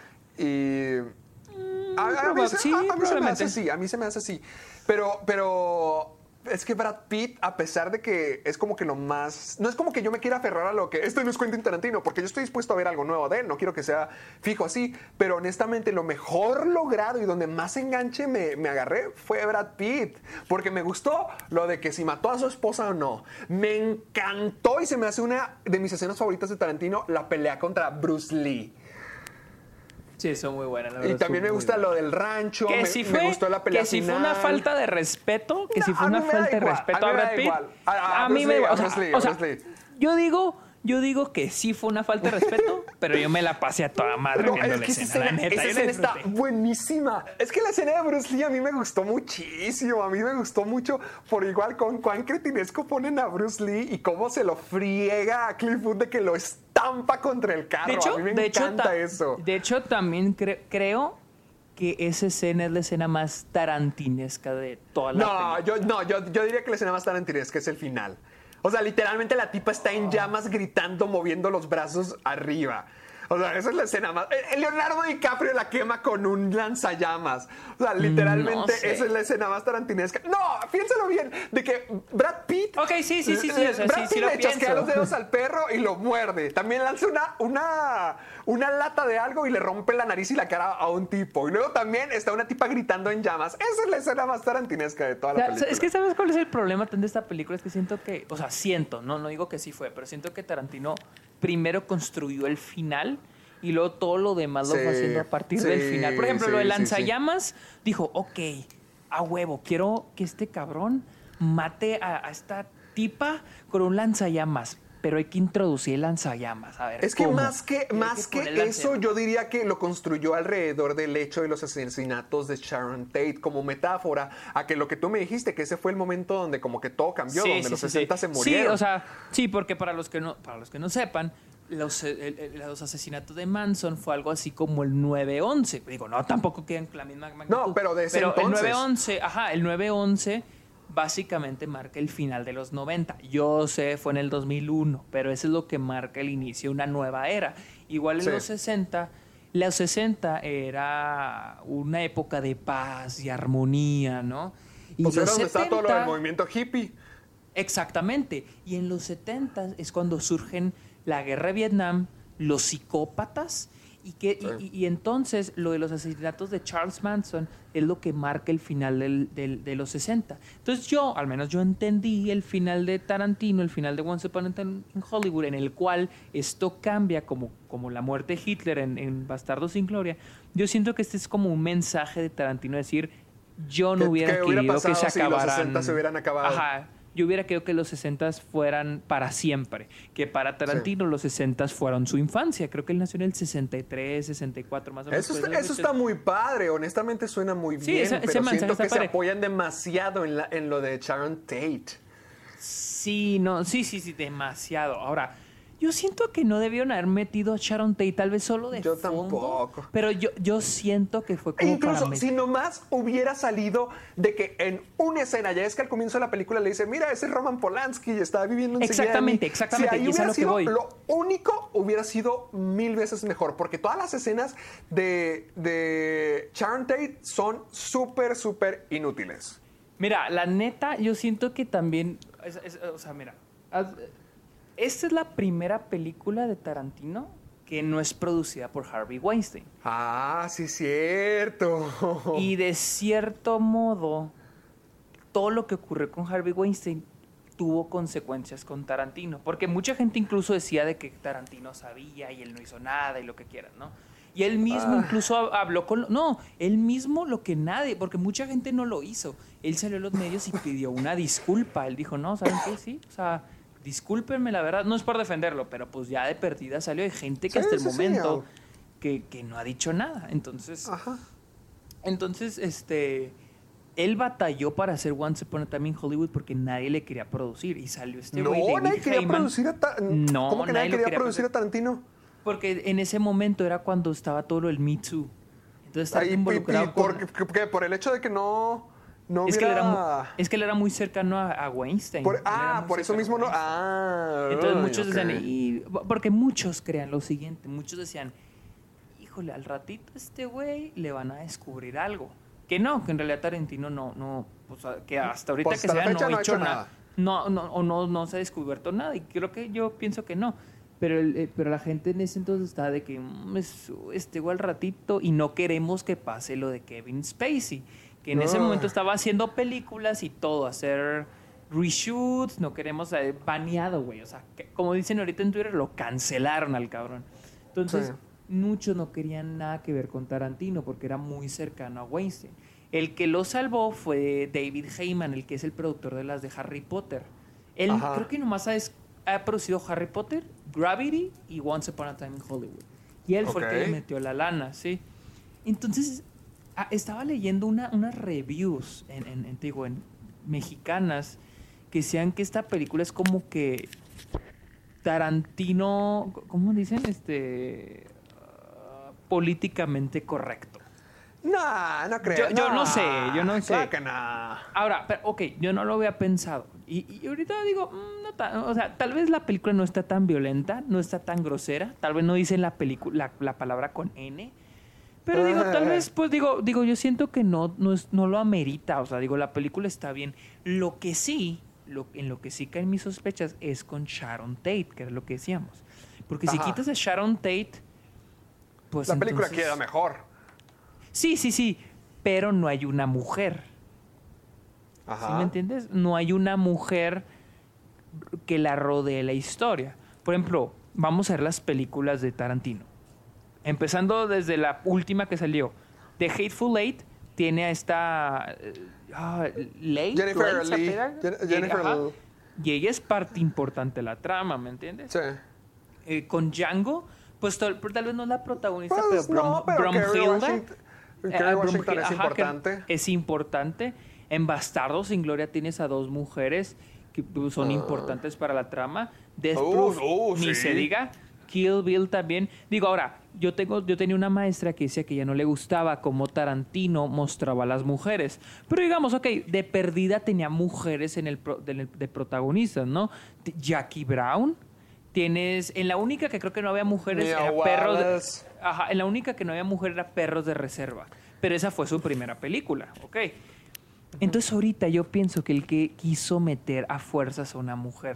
Y a, a mí, probab- se, sí, a- a mí se me probablemente. hace así, a mí se me hace así. Pero, pero es que Brad Pitt, a pesar de que es como que lo más... No es como que yo me quiera aferrar a lo que... Esto no es Quentin Tarantino, porque yo estoy dispuesto a ver algo nuevo de él. No quiero que sea fijo así. Pero honestamente, lo mejor logrado y donde más enganche me, me agarré fue Brad Pitt. Porque me gustó lo de que si mató a su esposa o no. Me encantó y se me hace una de mis escenas favoritas de Tarantino, la pelea contra Bruce Lee. Sí, son muy buenas, la Y verdad, también son me muy gusta buenas. lo del rancho. Que me, si me fue, gustó la pelea que si fue final. una falta de respeto, que No, si fue a una mí me da falta de igual, respeto a a mí me Brad da Pitt, igual. A- a a mí Bruce me Lee, da a o sea, Bruce Lee, o a sea, Bruce Lee. yo digo, yo digo que sí fue una falta de respeto, pero yo me la pasé a toda madre No, viendo es la que esa escena, la escena, neta, esa yo la escena está disfruté. buenísima. Es que la escena de Bruce Lee a mí me gustó muchísimo. A mí me gustó mucho por igual con cuán cretinesco ponen a Bruce Lee y cómo se lo friega a Cliff Booth de que lo estampa contra el carro. De hecho, a mí me de hecho, encanta ta- eso. de hecho también cre- creo que esa escena es la escena más tarantinesca de toda la No, película. yo, no yo, yo diría que la escena más tarantinesca es el final. O sea, literalmente la tipa está en llamas gritando, moviendo los brazos arriba. O sea, esa es la escena más... eh, Leonardo DiCaprio la quema con un lanzallamas. O sea, literalmente No sé. esa es la escena más tarantinesca. No, piénsalo bien, de que Brad Pitt... Ok, sí, sí, sí, sí, le- o sea, Brad sí, sí Pitt lo le chasquea pienso. los dedos al perro y lo muerde. También lanza una, una, una lata de algo y le rompe la nariz y la cara a un tipo. Y luego también está una tipa gritando en llamas. Esa es la escena más tarantinesca de toda O la sea, película. es que ¿sabes cuál es el problema de esta película? Es que siento que, o sea, siento, no, no digo que sí fue, pero siento que Tarantino primero construyó el final y luego todo lo demás lo Sí, fue haciendo a partir sí, del final. Por ejemplo, sí, lo de sí, sí. lanzallamas, dijo, ok, a huevo, quiero que este cabrón mate a, a esta tipa con un lanzallamas. Pero hay que introducir el lanzallamas. A ver, Es que ¿cómo? más que, Y hay más que, poner eso, lanzallamas. yo diría que lo construyó alrededor del hecho de los asesinatos de Sharon Tate como metáfora a que lo que tú me dijiste, que ese fue el momento donde como que todo cambió, donde los sesenta se murieron. Sí, o sea, sí, porque para los que no, para los que no sepan, los, el- el- los asesinatos de Manson fue algo así como el nueve once. Digo, no, tampoco quedan con la misma magnitud. No, pero de ese Pero el entonces. nueve once, ajá, el nueve once básicamente marca el final de los noventa. Yo sé, fue en el dos mil uno, pero eso es lo que marca el inicio de una nueva era. Igual en sí. los sesenta, los sesenta era una época de paz y armonía, ¿no? Y pues los era donde setenta, está todo lo del movimiento hippie. Exactamente. Y en los setenta es cuando surgen la guerra de Vietnam, los psicópatas, y, que, sí. y, y entonces lo de los asesinatos de Charles Manson es lo que marca el final del, del, de los sesenta. Entonces yo, al menos yo entendí el final de Tarantino, el final de Once Upon a Time in Hollywood, en el cual esto cambia como, como la muerte de Hitler en, en Bastardos sin Gloria. Yo siento que este es como un mensaje de Tarantino, decir, yo no que, hubiera que hubiera querido que se si acabaran... los sesenta se hubieran acabado. Ajá. Yo hubiera querido que los sesentas fueran para siempre. Que para Tarantino sí. los sesentas fueron su infancia. Creo que él nació en el sesenta y tres, sesenta y cuatro más o menos. Eso, está, eso está muy padre. Honestamente suena muy sí, bien. Ese, pero ese siento que padre. se apoyan demasiado en, la, en lo de Sharon Tate. Sí, no, sí, sí, sí, demasiado. Ahora... Yo siento que no debieron haber metido a Sharon Tate, tal vez solo de yo fondo. Tampoco. Pero yo, yo siento que fue como incluso para si nomás hubiera salido de que en una escena, ya es que al comienzo de la película le dice, mira, ese es Roman Polanski y está viviendo en Exactamente, exactamente. Si ahí y hubiera es a lo sido que voy. lo único, hubiera sido mil veces mejor, porque todas las escenas de, de Sharon Tate son súper, súper inútiles. Mira, la neta, yo siento que también, es, es, o sea, mira... Haz, esta es la primera película de Tarantino que no es producida por Harvey Weinstein. Ah, sí, cierto. Y de cierto modo, todo lo que ocurrió con Harvey Weinstein tuvo consecuencias con Tarantino. Porque mucha gente incluso decía de que Tarantino sabía y él no hizo nada y lo que quieran, ¿no? Y él mismo ah. incluso habló con... No, él mismo lo que nadie... Porque mucha gente no lo hizo. Él salió a los medios y pidió una disculpa. Él dijo, no, ¿saben qué? Sí, o sea... Discúlpenme, la verdad, no es por defenderlo, pero pues ya de perdida salió. Hay gente que sí, hasta el sí, momento sí, que, que no ha dicho nada. Entonces, Ajá. entonces, este, él batalló para hacer Once Upon a Time in Hollywood porque nadie le quería producir y salió este güey. No, David nadie quería Heyman. producir a Ta- no, ¿Cómo que nadie, nadie quería producir a Tarantino? Porque en ese momento era cuando estaba todo el Me Too. Entonces estaba Ay, involucrado y, y por, con... ¿Por, por el hecho de que no... No es, hubiera... que él era muy, es que él era muy cercano a, a Weinstein. Por, ah, por eso mismo no. Ah, entonces uy, muchos okay. decían, y, porque muchos crean lo siguiente, muchos decían, híjole, al ratito este güey le van a descubrir algo. Que no, que en realidad Tarantino no, no, o sea, que hasta ahorita pues que hasta sea no, no ha hecho nada. nada. No, no, o no, no se ha descubierto nada. Y creo que yo pienso que no. Pero, el, eh, pero la gente en ese entonces estaba de que mmm, es, este güey al ratito y no queremos que pase lo de Kevin Spacey. Que en no. ese momento estaba haciendo películas y todo, hacer reshoots, no queremos, eh, baneado, güey. O sea, que, como dicen ahorita en Twitter, lo cancelaron al cabrón. Entonces, sí. muchos no querían nada que ver con Tarantino porque era muy cercano a Weinstein. El que lo salvó fue David Heyman, el que es el productor de las de Harry Potter. Él Ajá. creo que nomás ha, ha producido Harry Potter, Gravity y Once Upon a Time in Hollywood. Y él okay. fue el que le metió la lana, ¿sí? Entonces... Ah, estaba leyendo una, unas reviews en, en, en, digo, en mexicanas que decían que esta película es como que Tarantino, ¿cómo dicen? Este uh, políticamente correcto. No, no creo. Yo, yo no, no sé, yo no sé. Claro que no. Ahora, pero, ok, yo no lo había pensado. Y, y ahorita digo, mmm, no ta, o sea, tal vez la película no está tan violenta, no está tan grosera, tal vez no dicen la, película, la, la palabra con N. Pero digo, tal vez, pues digo, digo, yo siento que no, no, es, no lo amerita. O sea, digo, la película está bien. Lo que sí, lo, en lo que sí caen mis sospechas es con Sharon Tate, que era lo que decíamos. Porque Ajá. si quitas a Sharon Tate, pues la película entonces... queda mejor. Sí, sí, sí, pero no hay una mujer. Ajá. ¿Sí me entiendes? No hay una mujer que la rodee la historia. Por ejemplo, vamos a ver las películas de Tarantino. Empezando desde la última que salió. The Hateful Eight tiene a esta... Uh, Late, Jennifer Late, Lee. Jen- Jennifer Lee. Y ella es parte importante de la trama, ¿me entiendes? Sí. Eh, con Django, pues tal, tal vez no es la protagonista, pues pero, no, Brom, pero Bromhilda... Washington, eh, Washington es ajá, importante. Es importante. En Bastardos sin Gloria tienes a dos mujeres que son uh. importantes para la trama. Death Proof, uh, uh, ni sí. se diga... Kill Bill también. Digo, ahora, yo tengo, yo tenía una maestra que decía que ya no le gustaba cómo Tarantino mostraba a las mujeres. Pero digamos, ok, de perdida tenía mujeres en el pro, de, de protagonistas, ¿no? Jackie Brown. Tienes, en la única que creo que no había mujeres Mia era perros Wallace. de, ajá, en la única que no había mujer era Perros de Reserva. Pero esa fue su primera película, ok. Entonces ahorita yo pienso que el que quiso meter a fuerzas a una mujer,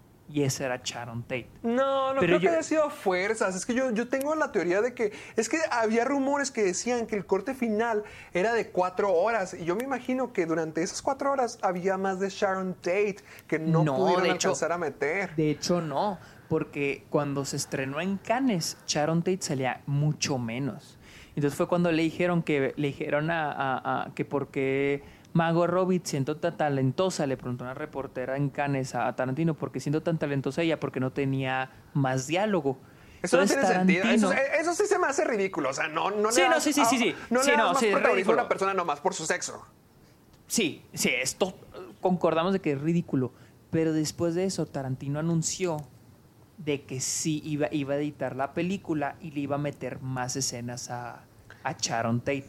y esa era Sharon Tate. No, no Pero creo yo- que haya sido a fuerzas. Es que yo, yo tengo la teoría de que... Es que había rumores que decían que el corte final era de cuatro horas. Y yo me imagino que durante esas cuatro horas había más de Sharon Tate que no, No, pudieron de hecho- alcanzar a meter. De hecho, no, porque cuando se estrenó en Cannes, Sharon Tate salía mucho menos. Entonces fue cuando le dijeron que le dijeron a, a- a- que porque Margot Robbie, siendo tan talentosa, le preguntó una reportera en Cannes a, a Tarantino, ¿por qué siendo tan talentosa ella? Porque no tenía más diálogo. Eso no Entonces, tiene sentido. Eso, Tarantino- eso sí se me hace ridículo. O sea, no, no Sí, le no, das, sí, sí, sí, sí. No Sí, le das no, más sí, es protagonismo a ridículo. una persona nomás por su sexo. Sí, sí, esto concordamos de que es ridículo. Pero después de eso, Tarantino anunció de que sí iba, iba a editar la película y le iba a meter más escenas a, a Sharon Tate.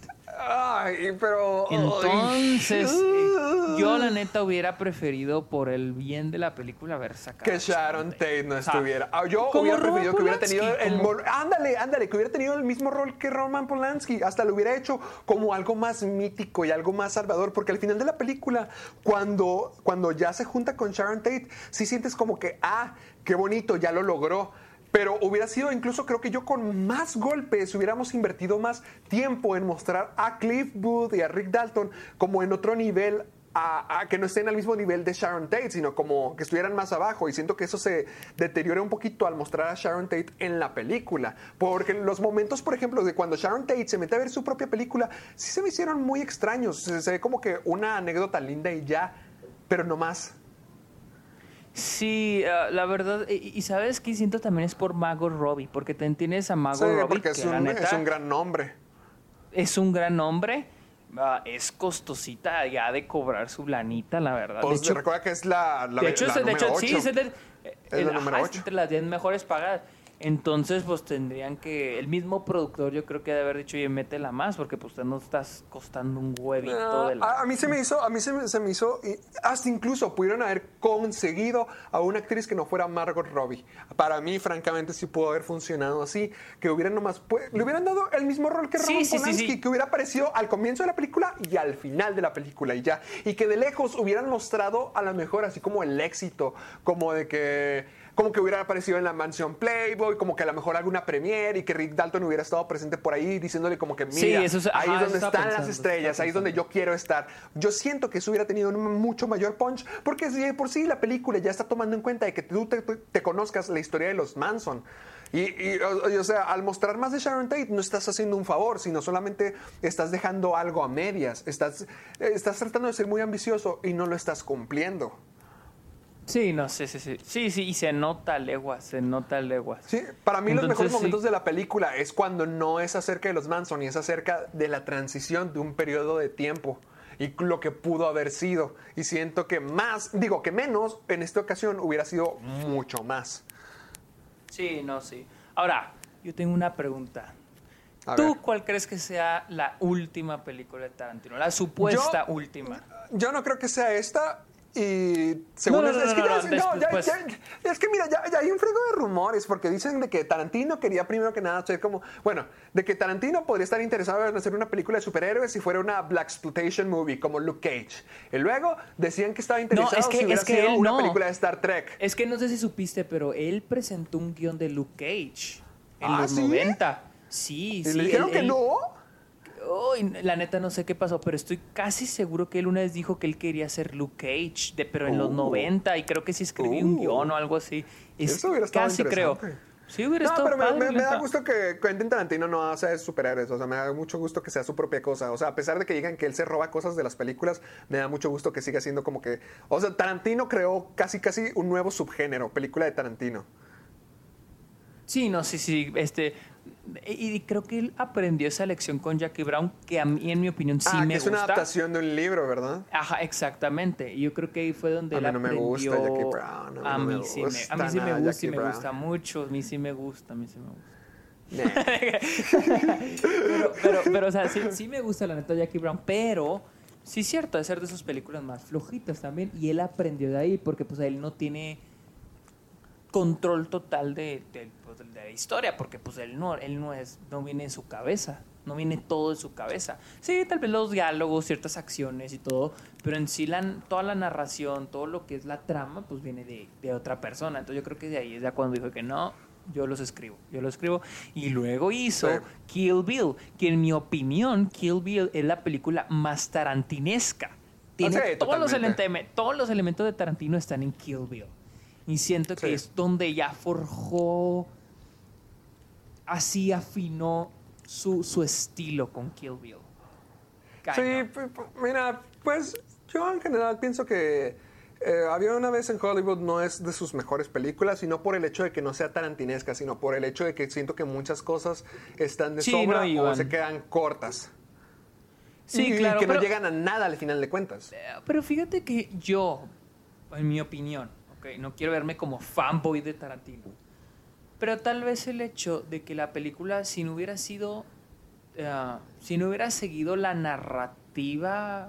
Ay, pero... Entonces, ay. eh, yo la neta hubiera preferido, por el bien de la película, haber sacado Que a Sharon Tate no O sea, estuviera. Ah, yo como hubiera Roman preferido que hubiera tenido Polanski, el... como- mor- Ándale, ándale, que hubiera tenido el mismo rol que Roman Polanski. Hasta lo hubiera hecho como algo más mítico y algo más salvador. Porque al final de la película, cuando, cuando ya se junta con Sharon Tate, sí sientes como que, ah, qué bonito, ya lo logró. Pero hubiera sido, incluso creo que yo con más golpes hubiéramos invertido más tiempo en mostrar a Cliff Booth y a Rick Dalton como en otro nivel, a, a que no estén al mismo nivel de Sharon Tate, sino como que estuvieran más abajo. Y siento que eso se deteriora un poquito al mostrar a Sharon Tate en la película. Porque los momentos, por ejemplo, de cuando Sharon Tate se mete a ver su propia película, sí se me hicieron muy extraños. Se, se ve como que una anécdota linda y ya, pero no más. Sí, uh, la verdad, y, y ¿sabes qué? Siento también es por Margot Robbie, porque te tienes a Margot Sí, Robbie, porque que es la un, neta es un gran nombre. es un gran hombre, uh, es costosita ya de cobrar su lanita, la verdad. Pues de hecho, recuerda que es la, la, de hecho, la es- de número hecho, sí, ocho. es, de- Es el- la ajá, número es ocho. entre las diez mejores pagadas. Entonces, pues tendrían que, el mismo productor yo creo que debe haber dicho, oye, métela más, porque pues te no estás costando un huevito Ah, de la... a, a mí se me hizo, a mí se me, se me hizo, y hasta incluso pudieron haber conseguido a una actriz que no fuera Margot Robbie. Para mí, francamente, sí pudo haber funcionado así, que hubieran nomás, pues, le hubieran dado el mismo rol que Sí, Roman sí, sí, Polanski, sí. que hubiera aparecido al comienzo de la película y al final de la película y ya, y que de lejos hubieran mostrado a lo mejor así como el éxito, como de que como que hubiera aparecido en la mansión Playboy, como que a lo mejor alguna premiere y que Rick Dalton hubiera estado presente por ahí diciéndole como que mira, Sí, eso es- ahí ajá, es donde eso estaba están pensando, las eso estrellas, estaba ahí es donde pensando. yo quiero estar. Yo siento que eso hubiera tenido un mucho mayor punch, porque si de por sí la película ya está tomando en cuenta de que tú te, te conozcas la historia de los Manson. Y, y, o, y, o sea, al mostrar más de Sharon Tate no estás haciendo un favor, sino solamente estás dejando algo a medias. Estás, estás tratando de ser muy ambicioso y no lo estás cumpliendo. Sí, no, sí, sí, sí. Sí, sí, y se nota leguas, se nota leguas. Sí, para mí los Entonces, mejores sí. momentos de la película es cuando no es acerca de los Manson y es acerca de la transición de un periodo de tiempo y lo que pudo haber sido. Y siento que más, digo que menos, en esta ocasión hubiera sido mucho más. Sí, no, sí. Ahora, yo tengo una pregunta. A ¿Tú ver. cuál crees que sea la última película de Tarantino? La supuesta Yo- última. Yo no creo que sea esta. Y según No, no, es, no, es que no, ya- no, no, ya- después. ya- es que mira, ya, ya hay un frego de rumores porque dicen de que Tarantino quería primero que nada ser como, bueno, de que Tarantino podría estar interesado en hacer una película de superhéroes si fuera una blaxploitation movie como Luke Cage. Y luego decían que estaba interesado es que- si hubiera es que sido él una no. película de Star Trek. Es que no sé si supiste, pero él presentó un guión de Luke Cage en ¿Ah, los sí? noventa. Sí, ¿Y sí. le dijeron él- que él- no? Uy, la neta no sé qué pasó, pero estoy casi seguro que él una vez dijo que él quería ser Luke Cage, de, pero en los Uh. noventa, y creo que sí escribió un Uh. guión o algo así. Es, Eso hubiera estado casi creo. interesante. Sí, hubiera No, estado pero me, padre, me- me da neta. gusto que Quentin Tarantino no hace superhéroes. O sea, me da mucho gusto que sea su propia cosa. O sea, a pesar de que digan que él se roba cosas de las películas, me da mucho gusto que siga siendo como que... O sea, Tarantino creó casi, casi un nuevo subgénero, película de Tarantino. Sí, no, sí, sí. Este, Y, y creo que él aprendió esa lección con Jackie Brown, que a mí, en mi opinión, sí ah, me que es gusta. una adaptación de un libro, ¿verdad? Ajá, exactamente. Y yo creo que ahí fue donde A él mí no me aprendió. gusta Jackie Brown. A no mí, me sí me, gusta a mí sí me nada gusta y Jackie me Brown. gusta mucho. A mí sí me gusta, a mí sí me gusta. Nah. pero, pero, pero, o sea, sí, sí me gusta la neta Jackie Brown, pero sí es cierto, de ser de sus películas más flojitas también. Y él aprendió de ahí porque pues él no tiene control total de, de, pues, de la historia, porque pues él no, él no es, no viene en su cabeza, no viene todo de su cabeza. Sí, tal vez los diálogos, ciertas acciones y todo, pero en sí la, toda la narración, todo lo que es la trama, pues viene de, de otra persona. Entonces yo creo que de ahí es ya cuando dijo que no, yo los escribo, yo los escribo. Y luego hizo Sí. Kill Bill, que en mi opinión Kill Bill es la película más tarantinesca. Tiene Sí, todos, los totalmente. elementos, todos los elementos de Tarantino están en Kill Bill. Y siento que Sí. es donde ya forjó, así afinó su, su estilo con Kill Bill. Sí, Cañón. p- p- mira, pues yo en general pienso que eh, Había una vez en Hollywood no es de sus mejores películas, y no por el hecho de que no sea tarantinesca, sino por el hecho de que siento que muchas cosas están de Sí, sobra no, o Iván. se quedan cortas. Sí, y, claro, que pero- no llegan a nada al final de cuentas. Eh, Pero fíjate que yo, en mi opinión, okay, no quiero verme como fanboy de Tarantino, pero tal vez el hecho de que la película, si no hubiera sido, eh, si no hubiera seguido la narrativa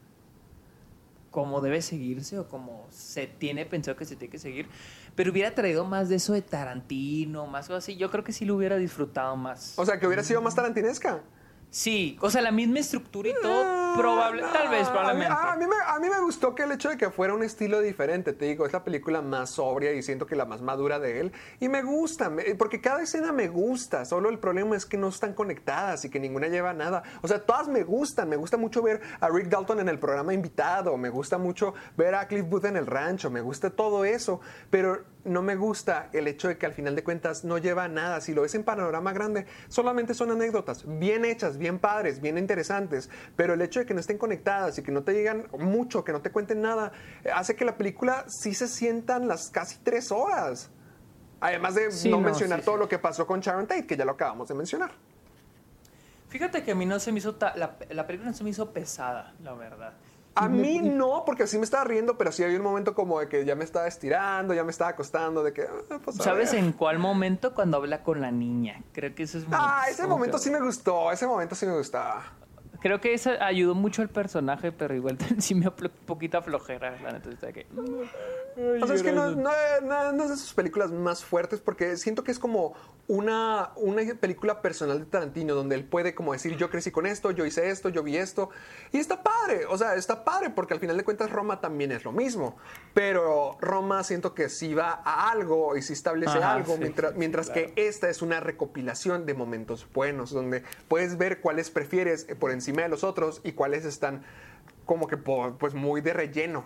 como debe seguirse o como se tiene pensado que se tiene que seguir, pero hubiera traído más de eso de Tarantino, más cosas así, yo creo que sí lo hubiera disfrutado más. O sea, que hubiera sido más tarantinesca. Sí, o sea, la misma estructura y todo, probable, tal vez, Ah, probablemente. A mí, a, mí me, a mí me gustó que el hecho de que fuera un estilo diferente, te digo, es la película más sobria y siento que la más madura de él. Y me gusta, me- porque cada escena me gusta, solo el problema es que no están conectadas y que ninguna lleva a nada. O sea, todas me gustan, me gusta mucho ver a Rick Dalton en el programa invitado, me gusta mucho ver a Cliff Booth en el rancho, me gusta todo eso, pero no me gusta el hecho de que al final de cuentas no lleva a nada. Si lo ves en panorama grande, solamente son anécdotas, bien hechas, bien padres, bien interesantes, pero el hecho de que no estén conectadas y que no te digan mucho, que no te cuenten nada, eh, hace que la película sí se sientan las casi tres horas. Además de Sí, no, no, mencionar sí, todo sí. lo que pasó con Sharon Tate, que ya lo acabamos de mencionar. Fíjate que a mí no se me hizo, ta- la, la película no se me hizo pesada, la verdad. A Y me- mí y- no, porque sí me estaba riendo, pero sí había un momento como de que ya me estaba estirando, ya me estaba acostando, de que... ah, pues a ¿Sabes ver. en cuál momento? Cuando habla con la niña. Creo que eso es muy... Ah, ese como momento que- sí me gustó, ese momento sí me gustaba. Creo que eso ayudó mucho al personaje, pero igual sí me dio pl- poquita flojera, la neta. Está que... O sea, es que no, no, no- no es de sus películas más fuertes, porque siento que es como una, una película personal de Tarantino, donde él puede como decir, yo crecí con esto, yo hice esto, yo vi esto, y está padre, o sea, está padre, porque al final de cuentas Roma también es lo mismo, pero Roma siento que sí va a algo y sí establece Ajá, algo, sí, mientras, sí, mientras claro. que esta es una recopilación de momentos buenos, donde puedes ver cuáles prefieres eh, por encima de los otros y cuáles están como que por- pues muy de relleno.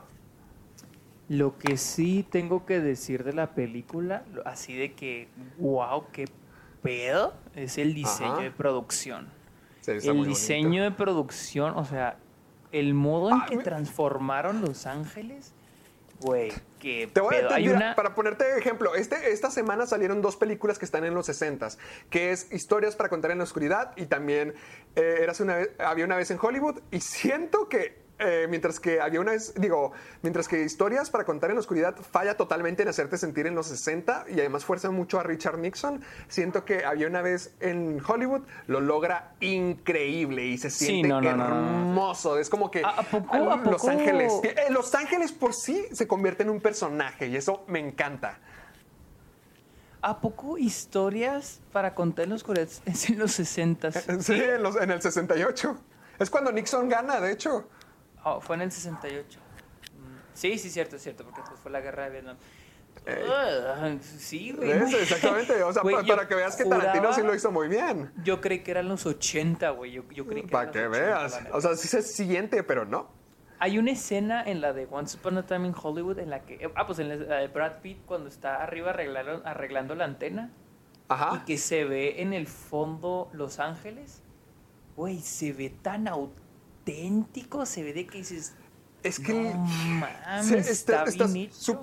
Lo que sí tengo que decir de la película, lo- así de que, wow, qué pedo, es el diseño Ajá. de producción. Sí, está El muy diseño de producción, o sea, el modo en Ah, que mi- transformaron Los Ángeles, güey, qué Te voy a pedo. Hay mira, una... para ponerte ejemplo, este, esta semana salieron dos películas que están en los sesentas, que es Historias para contar en la oscuridad y también eh, Érase una vez, Había una vez en Hollywood, y siento que eh, mientras que había una vez, digo, mientras que Historias para contar en la oscuridad falla totalmente en hacerte sentir en los sesenta y además fuerza mucho a Richard Nixon, siento que Había una vez en Hollywood lo logra increíble y se Sí, siente no, no, no, no. hermoso. Es como que ¿A- a poco- a Los poco? Ángeles, eh, Los Ángeles por sí se convierte en un personaje y eso me encanta. ¿A poco Historias para contar en los coreanos es en los sesentas? Sí, en, los- en el sesenta y ocho. Es cuando Nixon gana, de hecho. Oh, fue en el sesenta y ocho. Mm, Sí, sí, cierto, es cierto, porque después fue la guerra de Vietnam. Ey. Ugh, sí, güey. Eso, exactamente. O sea, Güey, pa- yo para que veas que Tarantino juraba- sí lo hizo muy bien. Yo creí que eran los ochenta, güey. Yo, yo creí que Para eran que los ochenta, veas. la neta. O sea, sí se siente, pero no. Hay una escena en la de Once Upon a Time in Hollywood en la que... Ah, pues en la de Brad Pitt cuando está arriba arreglando, arreglando la antena Ajá. y que se ve en el fondo Los Ángeles. Güey, se ve tan auténtico, se ve de que dices... Es que No el- mames, se- está está bien hecho. súper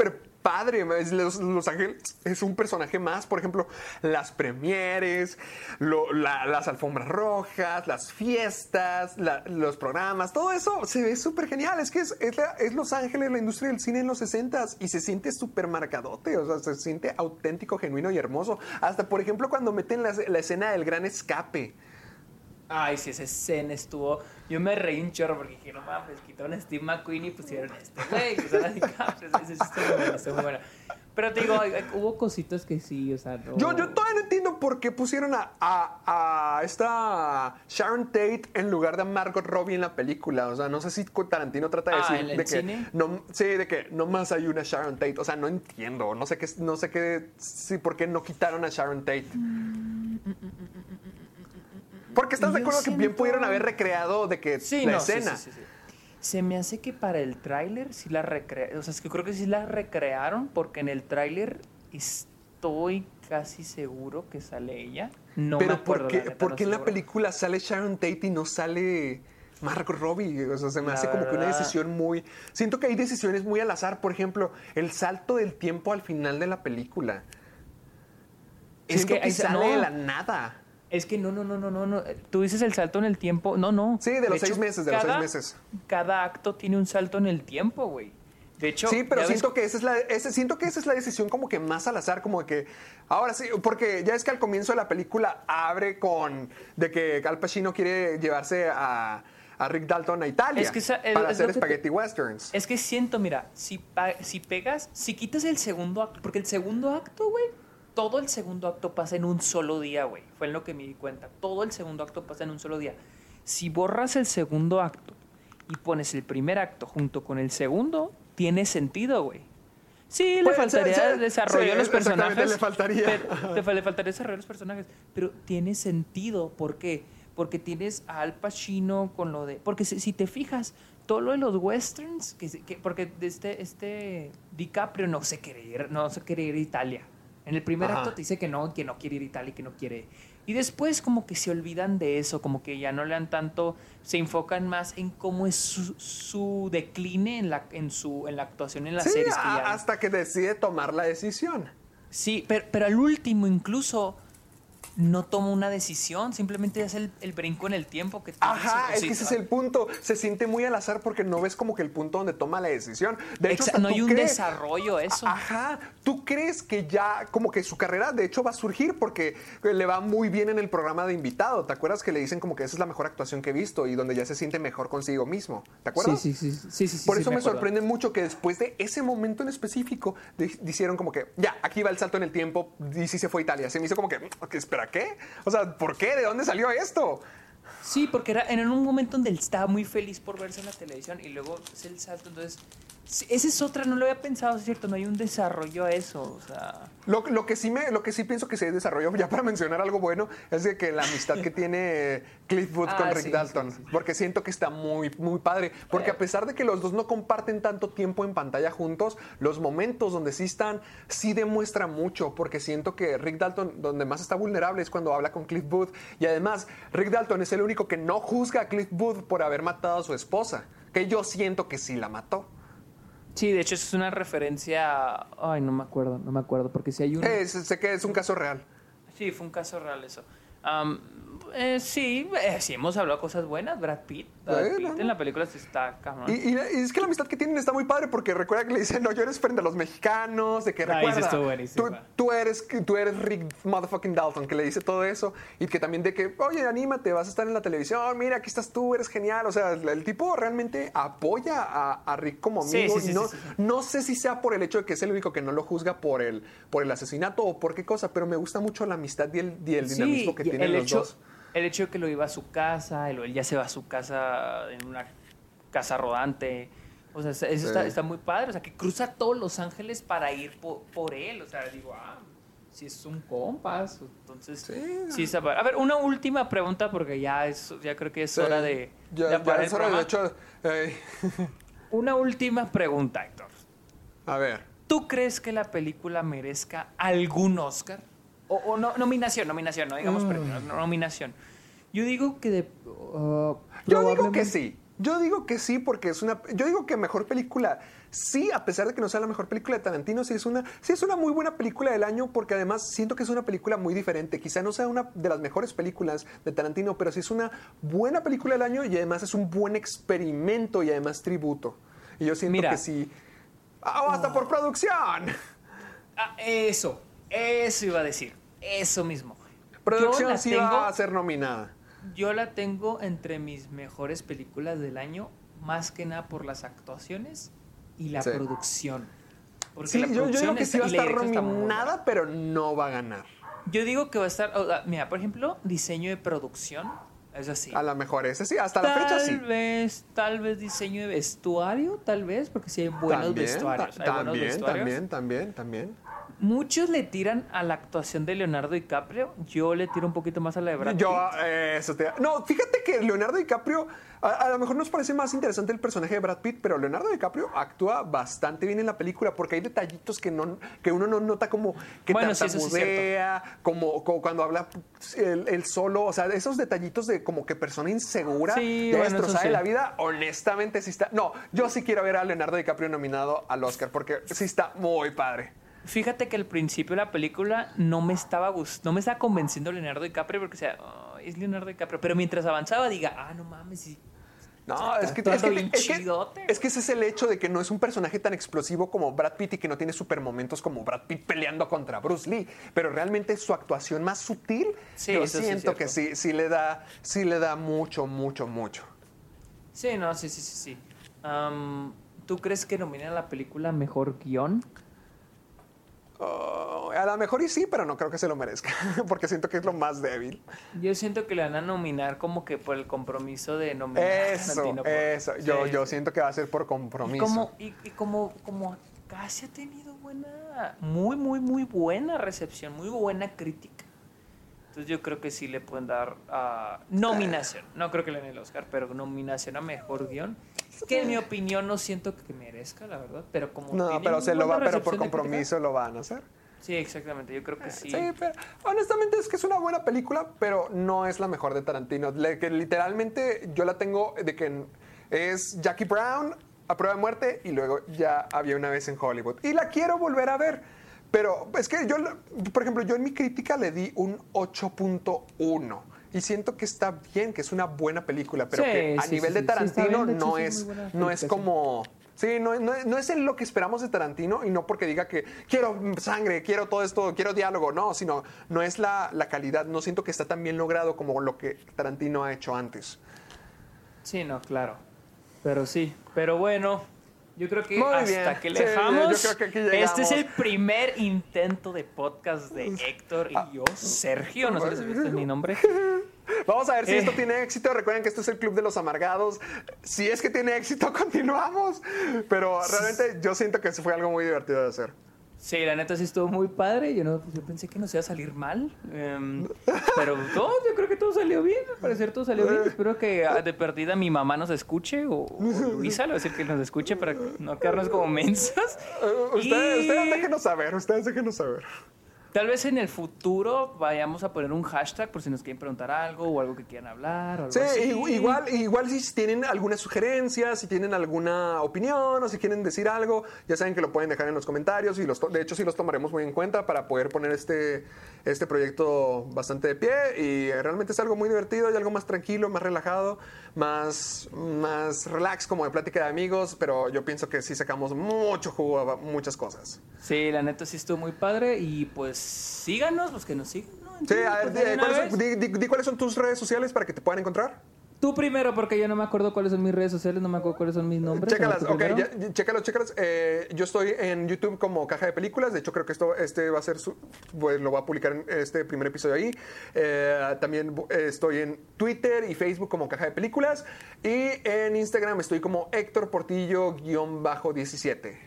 padre. Los, los Ángeles es un personaje más. Por ejemplo, las premieres, lo, la, las alfombras rojas, las fiestas, la, los programas, todo eso se ve súper genial. Es que es, es, la, es Los Ángeles, la industria del cine en los sesentas, y se siente súper marcadote. O sea, se siente auténtico, genuino y hermoso. Hasta, por ejemplo, cuando meten la, la escena del gran escape. Ay, sí, esa escena estuvo... Yo me reí un chorro porque dije, no mames, quitaron a Steve McQueen y pusieron a este güey. O sea, esa sí estuvo muy buena, estuvo muy buena. Pero te digo, hubo cositas que sí, o sea, no... Yo, yo todavía no entiendo por qué pusieron a, a, a esta Sharon Tate en lugar de a Margot Robbie en la película. O sea, no sé si Tarantino trata de ah, decir ¿en el de que cine? no, sí, de que nomás hay una Sharon Tate. O sea, no entiendo. No sé qué, no sé qué, sí, por qué no quitaron a Sharon Tate. Porque estás de acuerdo que bien pudieron haber recreado de que sí, la no, escena. Sí, sí, sí, sí. Se me hace que para el tráiler sí la recrearon. O sea, es que creo que sí la recrearon porque en el tráiler estoy casi seguro que sale ella. No Pero me acuerdo, ¿por qué, la neta, ¿por no qué en la seguro. película sale Sharon Tate y no sale Margot Robbie? O sea, se me La hace como que una verdad. decisión muy... Siento que hay decisiones muy al azar. Por ejemplo, el salto del tiempo al final de la película. Es Siento que que, ahí- sale no. de la nada. Es que no, no, no, no, no, no. Tú dices el salto en el tiempo. No, no. Sí, de los seis meses, de los cada- seis meses. Cada acto tiene un salto en el tiempo, güey. De hecho, Sí, pero ya ves- siento que, esa es la, ese, siento que esa es la decisión como que más al azar, como de que... Ahora sí, porque ya es que al comienzo de la película abre con... De que Al Pacino quiere llevarse a, a Rick Dalton a Italia Es que esa- es- para es hacer lo que te- spaghetti westerns. Es que siento, mira, si, pa- si pegas, si quitas el segundo acto, porque el segundo acto, güey, todo el segundo acto pasa en un solo día, güey. Fue en lo que me di cuenta. Todo el segundo acto pasa en un solo día. Si borras el segundo acto y pones el primer acto junto con el segundo, tiene sentido, güey. Sí, le Pues, faltaría sí, sí, desarrollo sí, a los exactamente, personajes. le faltaría. pero- te fa- le faltaría desarrollo a los personajes. Pero tiene sentido. ¿Por qué? Porque tienes a Al Pacino con lo de... Porque si, si te fijas, todo lo de los westerns, que, se- que- porque este, este DiCaprio no se quiere ir, no se quiere ir a Italia. En el primer Ajá. acto te dice que no, que no quiere ir a Italia y que no quiere... Y después como que se olvidan de eso, como que ya no le dan tanto, se enfocan más en cómo es su, su decline en la, en, su, en la actuación en las Sí, series. Que a- ya... hasta que decide tomar la decisión. Sí, pero, pero al último incluso no toma una decisión, simplemente hace el, el brinco en el tiempo que tú Ajá, dices, es sí, que ese es ah, el punto. Se siente muy al azar porque no ves como que el punto donde toma la decisión. De hecho, exa- hasta no tú hay un crees- desarrollo eso. Ajá, tú crees que ya, como que su carrera de hecho va a surgir porque le va muy bien en el programa de invitado. ¿Te acuerdas que le dicen como que esa es la mejor actuación que he visto y donde ya se siente mejor consigo mismo? ¿Te acuerdas? Sí, sí, sí, sí, sí, sí, Por sí, eso me, acuerdo. sorprende mucho que después de ese momento en específico di- dijeron como que ya, aquí va el salto en el tiempo y sí se fue a Italia. Se me hizo como que, "Ok, espera, ¿qué? O sea, ¿por qué? ¿De dónde salió esto? Sí, porque era en un momento donde él estaba muy feliz por verse en la televisión y luego es el salto. Entonces, sí, esa es otra, no lo había pensado, es cierto, no hay un desarrollo a eso. O sea, Lo, lo que sí me, lo que sí pienso que se desarrolló, ya para mencionar algo bueno, es de que la amistad que tiene Cliff Booth Ah, con Rick sí, Dalton, sí, sí. porque siento que está muy, muy padre, porque a pesar de que los dos no comparten tanto tiempo en pantalla juntos, los momentos donde sí están, sí demuestra mucho, porque siento que Rick Dalton, donde más está vulnerable es cuando habla con Cliff Booth, y además Rick Dalton es el único que no juzga a Cliff Booth por haber matado a su esposa, que yo siento que sí la mató. sí, de hecho eso es una referencia, a- ay, no me acuerdo, no me acuerdo, porque si hay un... Eh, sé que es un caso real. Sí, fue un caso real eso. Am, eh, sí, eh, sí hemos hablado cosas buenas. Brad Pitt, Brad Eh, Pitt no. en la película sí está cabrón. Y, y- y es que la amistad que tienen está muy padre porque recuerda que le dicen, no llores frente a los mexicanos, de que Ah, esa recuerda, estuvo tú, buenísima. tú eres, tú eres Rick motherfucking Dalton, que le dice todo eso y que también de que, oye, anímate, vas a estar en la televisión, mira, aquí estás tú, eres genial. O sea, el, el tipo realmente apoya a, a Rick como Sí, amigo. sí, sí, y no, sí, sí. no sé si sea por el hecho de que es el único que no lo juzga por el, por el asesinato o por qué cosa, pero me gusta mucho la amistad y el, y el dinamismo que y tienen el los hecho, dos. el hecho de que lo iba a su casa, él, él ya se va a su casa en una casa rodante. O sea, eso está, Sí. está muy padre. O sea, que cruza todos Los Ángeles para ir po- por él. O sea, digo, ah, si es un compas. Entonces, Sí. sí está padre. A ver, una última pregunta porque ya es, ya creo que es hora de, Ya, de ya apagar el es hora, de programa. hecho, eh, Una última pregunta, Héctor. a ver. ¿Tú crees que la película merezca algún Oscar? O, o no, nominación, nominación, no digamos Mm. premio, no, nominación. Yo digo que de... uh, Yo digo que probablemente- sí. Yo digo que sí, porque es una... Yo digo que mejor película, sí, a pesar de que no sea la mejor película de Tarantino, sí es una, sí es una muy buena película del año, porque además siento que es una película muy diferente. Quizá no sea una de las mejores películas de Tarantino, pero sí es una buena película del año y además es un buen experimento y además tributo. Y yo siento Mira. que sí... ¡Ah, hasta oh. por producción! Ah, eso, eso iba a decir, eso mismo. Producción sí tengo... va a ser nominada. Yo la tengo entre mis mejores películas del año, más que nada por las actuaciones y la sí. producción. Porque sí, la yo, producción yo digo que sí va a estar nominada, nominada, pero no va a ganar. Yo digo que va a estar, o sea, mira, por ejemplo, diseño de producción, es así. A lo mejor ese sí, hasta tal la fecha sí. Tal vez, tal vez diseño de vestuario, tal vez, porque sí hay buenos también, vestuarios. Ta- hay también, buenos vestuarios. también, también, también. Muchos le tiran a la actuación de Leonardo DiCaprio. Yo le tiro un poquito más a la de Brad Pitt. Yo, eh, eso te... No, fíjate que Leonardo DiCaprio, a, a lo mejor nos parece más interesante el personaje de Brad Pitt, pero Leonardo DiCaprio actúa bastante bien en la película porque hay detallitos que, no, que uno no nota, como que bueno, tartamudea, sí, como, como cuando habla él, él solo, o sea, esos detallitos de como que persona insegura, sí, ya bueno, destrozada sí. de la vida, honestamente sí está... No, yo sí quiero ver a Leonardo DiCaprio nominado al Oscar porque sí está muy padre. Fíjate que al principio de la película no me estaba gust- no me estaba convenciendo Leonardo DiCaprio porque o sea, oh, es Leonardo DiCaprio, pero mientras avanzaba diga, ah, no mames, sí. No, es que, es, que, es, que, es que ese es el hecho de que no es un personaje tan explosivo como Brad Pitt y que no tiene super momentos como Brad Pitt peleando contra Bruce Lee, pero realmente su actuación más sutil, sí, yo eso siento sí que sí, sí le da, sí le da mucho, mucho, mucho. Sí, no, sí, sí, sí, sí. Um, ¿Tú crees que nominan la película mejor guión? Uh, a lo mejor y sí, pero no creo que se lo merezca, porque siento que es lo más débil. Yo siento que le van a nominar como que por el compromiso de nominar eso, a Tarantino. Por... Eso, sí, yo, sí. yo siento que va a ser por compromiso. Y como, y, y como, como casi ha tenido buena, muy, muy, muy buena recepción, muy buena crítica. Entonces yo creo que sí le pueden dar uh, nominación. No creo que le den el Oscar, pero nominación a mejor guión. Que en mi opinión no siento que merezca, la verdad. Pero como no, pero se lo va, pero por compromiso lo van a hacer. Sí, exactamente. Yo creo que sí. Sí, pero honestamente es que es una buena película, pero no es la mejor de Tarantino. Le, que literalmente yo la tengo de que es Jackie Brown, A Prueba de Muerte, y luego Ya Había una vez en Hollywood. Y la quiero volver a ver. Pero es que yo, por ejemplo, yo en mi crítica le di un ocho punto uno. Y siento que está bien, que es una buena película, pero sí, que a sí, nivel sí, de Tarantino sí, de no, hecho, es, no es como... Sí, no, no, no es lo que esperamos de Tarantino, y no porque diga que quiero sangre, quiero todo esto, quiero diálogo, no, sino no es la, la calidad. No siento que está tan bien logrado como lo que Tarantino ha hecho antes. Sí, no, claro. Pero sí, pero bueno... Yo creo que Muy hasta bien. que le sí, dejamos. yo creo que aquí llegamos. Este es el primer intento de podcast de Héctor y yo, Sergio. No sé si viste mi nombre. Vamos a ver si eh. esto tiene éxito. Recuerden que esto es el Club de los Amargados. Si es que tiene éxito, continuamos. Pero realmente yo siento que fue algo muy divertido de hacer. Sí, la neta sí estuvo muy padre. Yo, no, yo pensé que nos iba a salir mal. Um, pero todo, yo creo que todo salió bien. Al parecer todo salió bien. Espero que de perdida mi mamá nos escuche. O, o Luisa, le voy a decir que nos escuche para no quedarnos como mensas. Uh, ustedes, y... ustedes déjenos saber. Ustedes déjenos saber. Tal vez en el futuro vayamos a poner un hashtag por si nos quieren preguntar algo o algo que quieran hablar. O algo sí, así. igual, igual si tienen alguna sugerencia, si tienen alguna opinión o si quieren decir algo, ya saben que lo pueden dejar en los comentarios. Y los de hecho sí los tomaremos muy en cuenta para poder poner este, este proyecto bastante de pie. Y realmente es algo muy divertido y algo más tranquilo, más relajado, más, más relax, como de plática de amigos. Pero yo pienso que sí sacamos mucho jugo a muchas cosas. Sí, la neta sí estuvo muy padre y pues síganos, los que nos sigan, ¿no? Sí, a ver, di, ¿cuáles son, di, di, di cuáles son tus redes sociales para que te puedan encontrar. Tú primero, porque yo no me acuerdo cuáles son mis redes sociales, no me acuerdo cuáles son mis nombres. Chécalas, ok, ya, chécalas, chécalas. Eh, yo estoy en YouTube como Caja de Películas. De hecho, creo que esto este va a ser, su, pues, lo voy a publicar en este primer episodio ahí. Eh, también estoy en Twitter y Facebook como Caja de Películas. Y en Instagram estoy como Héctor Portillo diecisiete.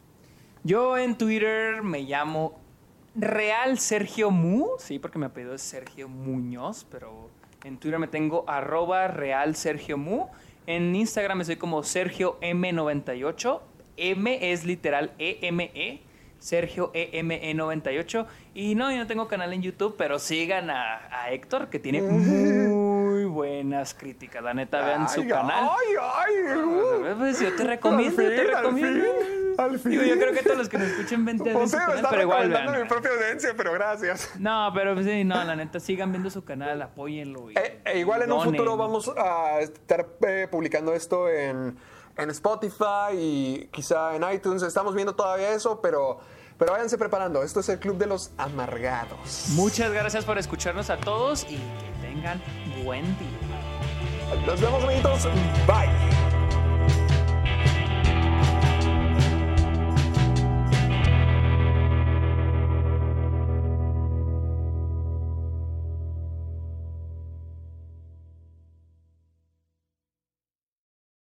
Yo en Twitter me llamo Real Sergio Mu, sí, porque mi apellido es Sergio Muñoz, pero en Twitter me tengo arroba Real Sergio Mu. En Instagram estoy como Sergio M noventa y ocho. M es literal E M E. Sergio E M E noventa y ocho. Y no, yo no tengo canal en YouTube, pero sigan a, a Héctor, que tiene muy buenas críticas. La neta, vean su Ay, canal. Ay, ay. uh. Pues yo te recomiendo, Al te fin, al recomiendo. fin, al fin. Digo, yo creo que todos los que nos escuchen ven, ven O su sea, me canal, está pero igual recomendando vean. mi propia audiencia, pero gracias. No, pero pues, sí, no, la neta, sigan viendo su canal, apóyenlo. Y, E, e igual y en un donen. futuro vamos a estar eh, publicando esto en, en Spotify y quizá en iTunes. Estamos viendo todavía eso, pero, pero váyanse preparando. Esto es el Club de los Amargados. Muchas gracias por escucharnos a todos y que tengan buen día. Nos vemos, amiguitos. Bye.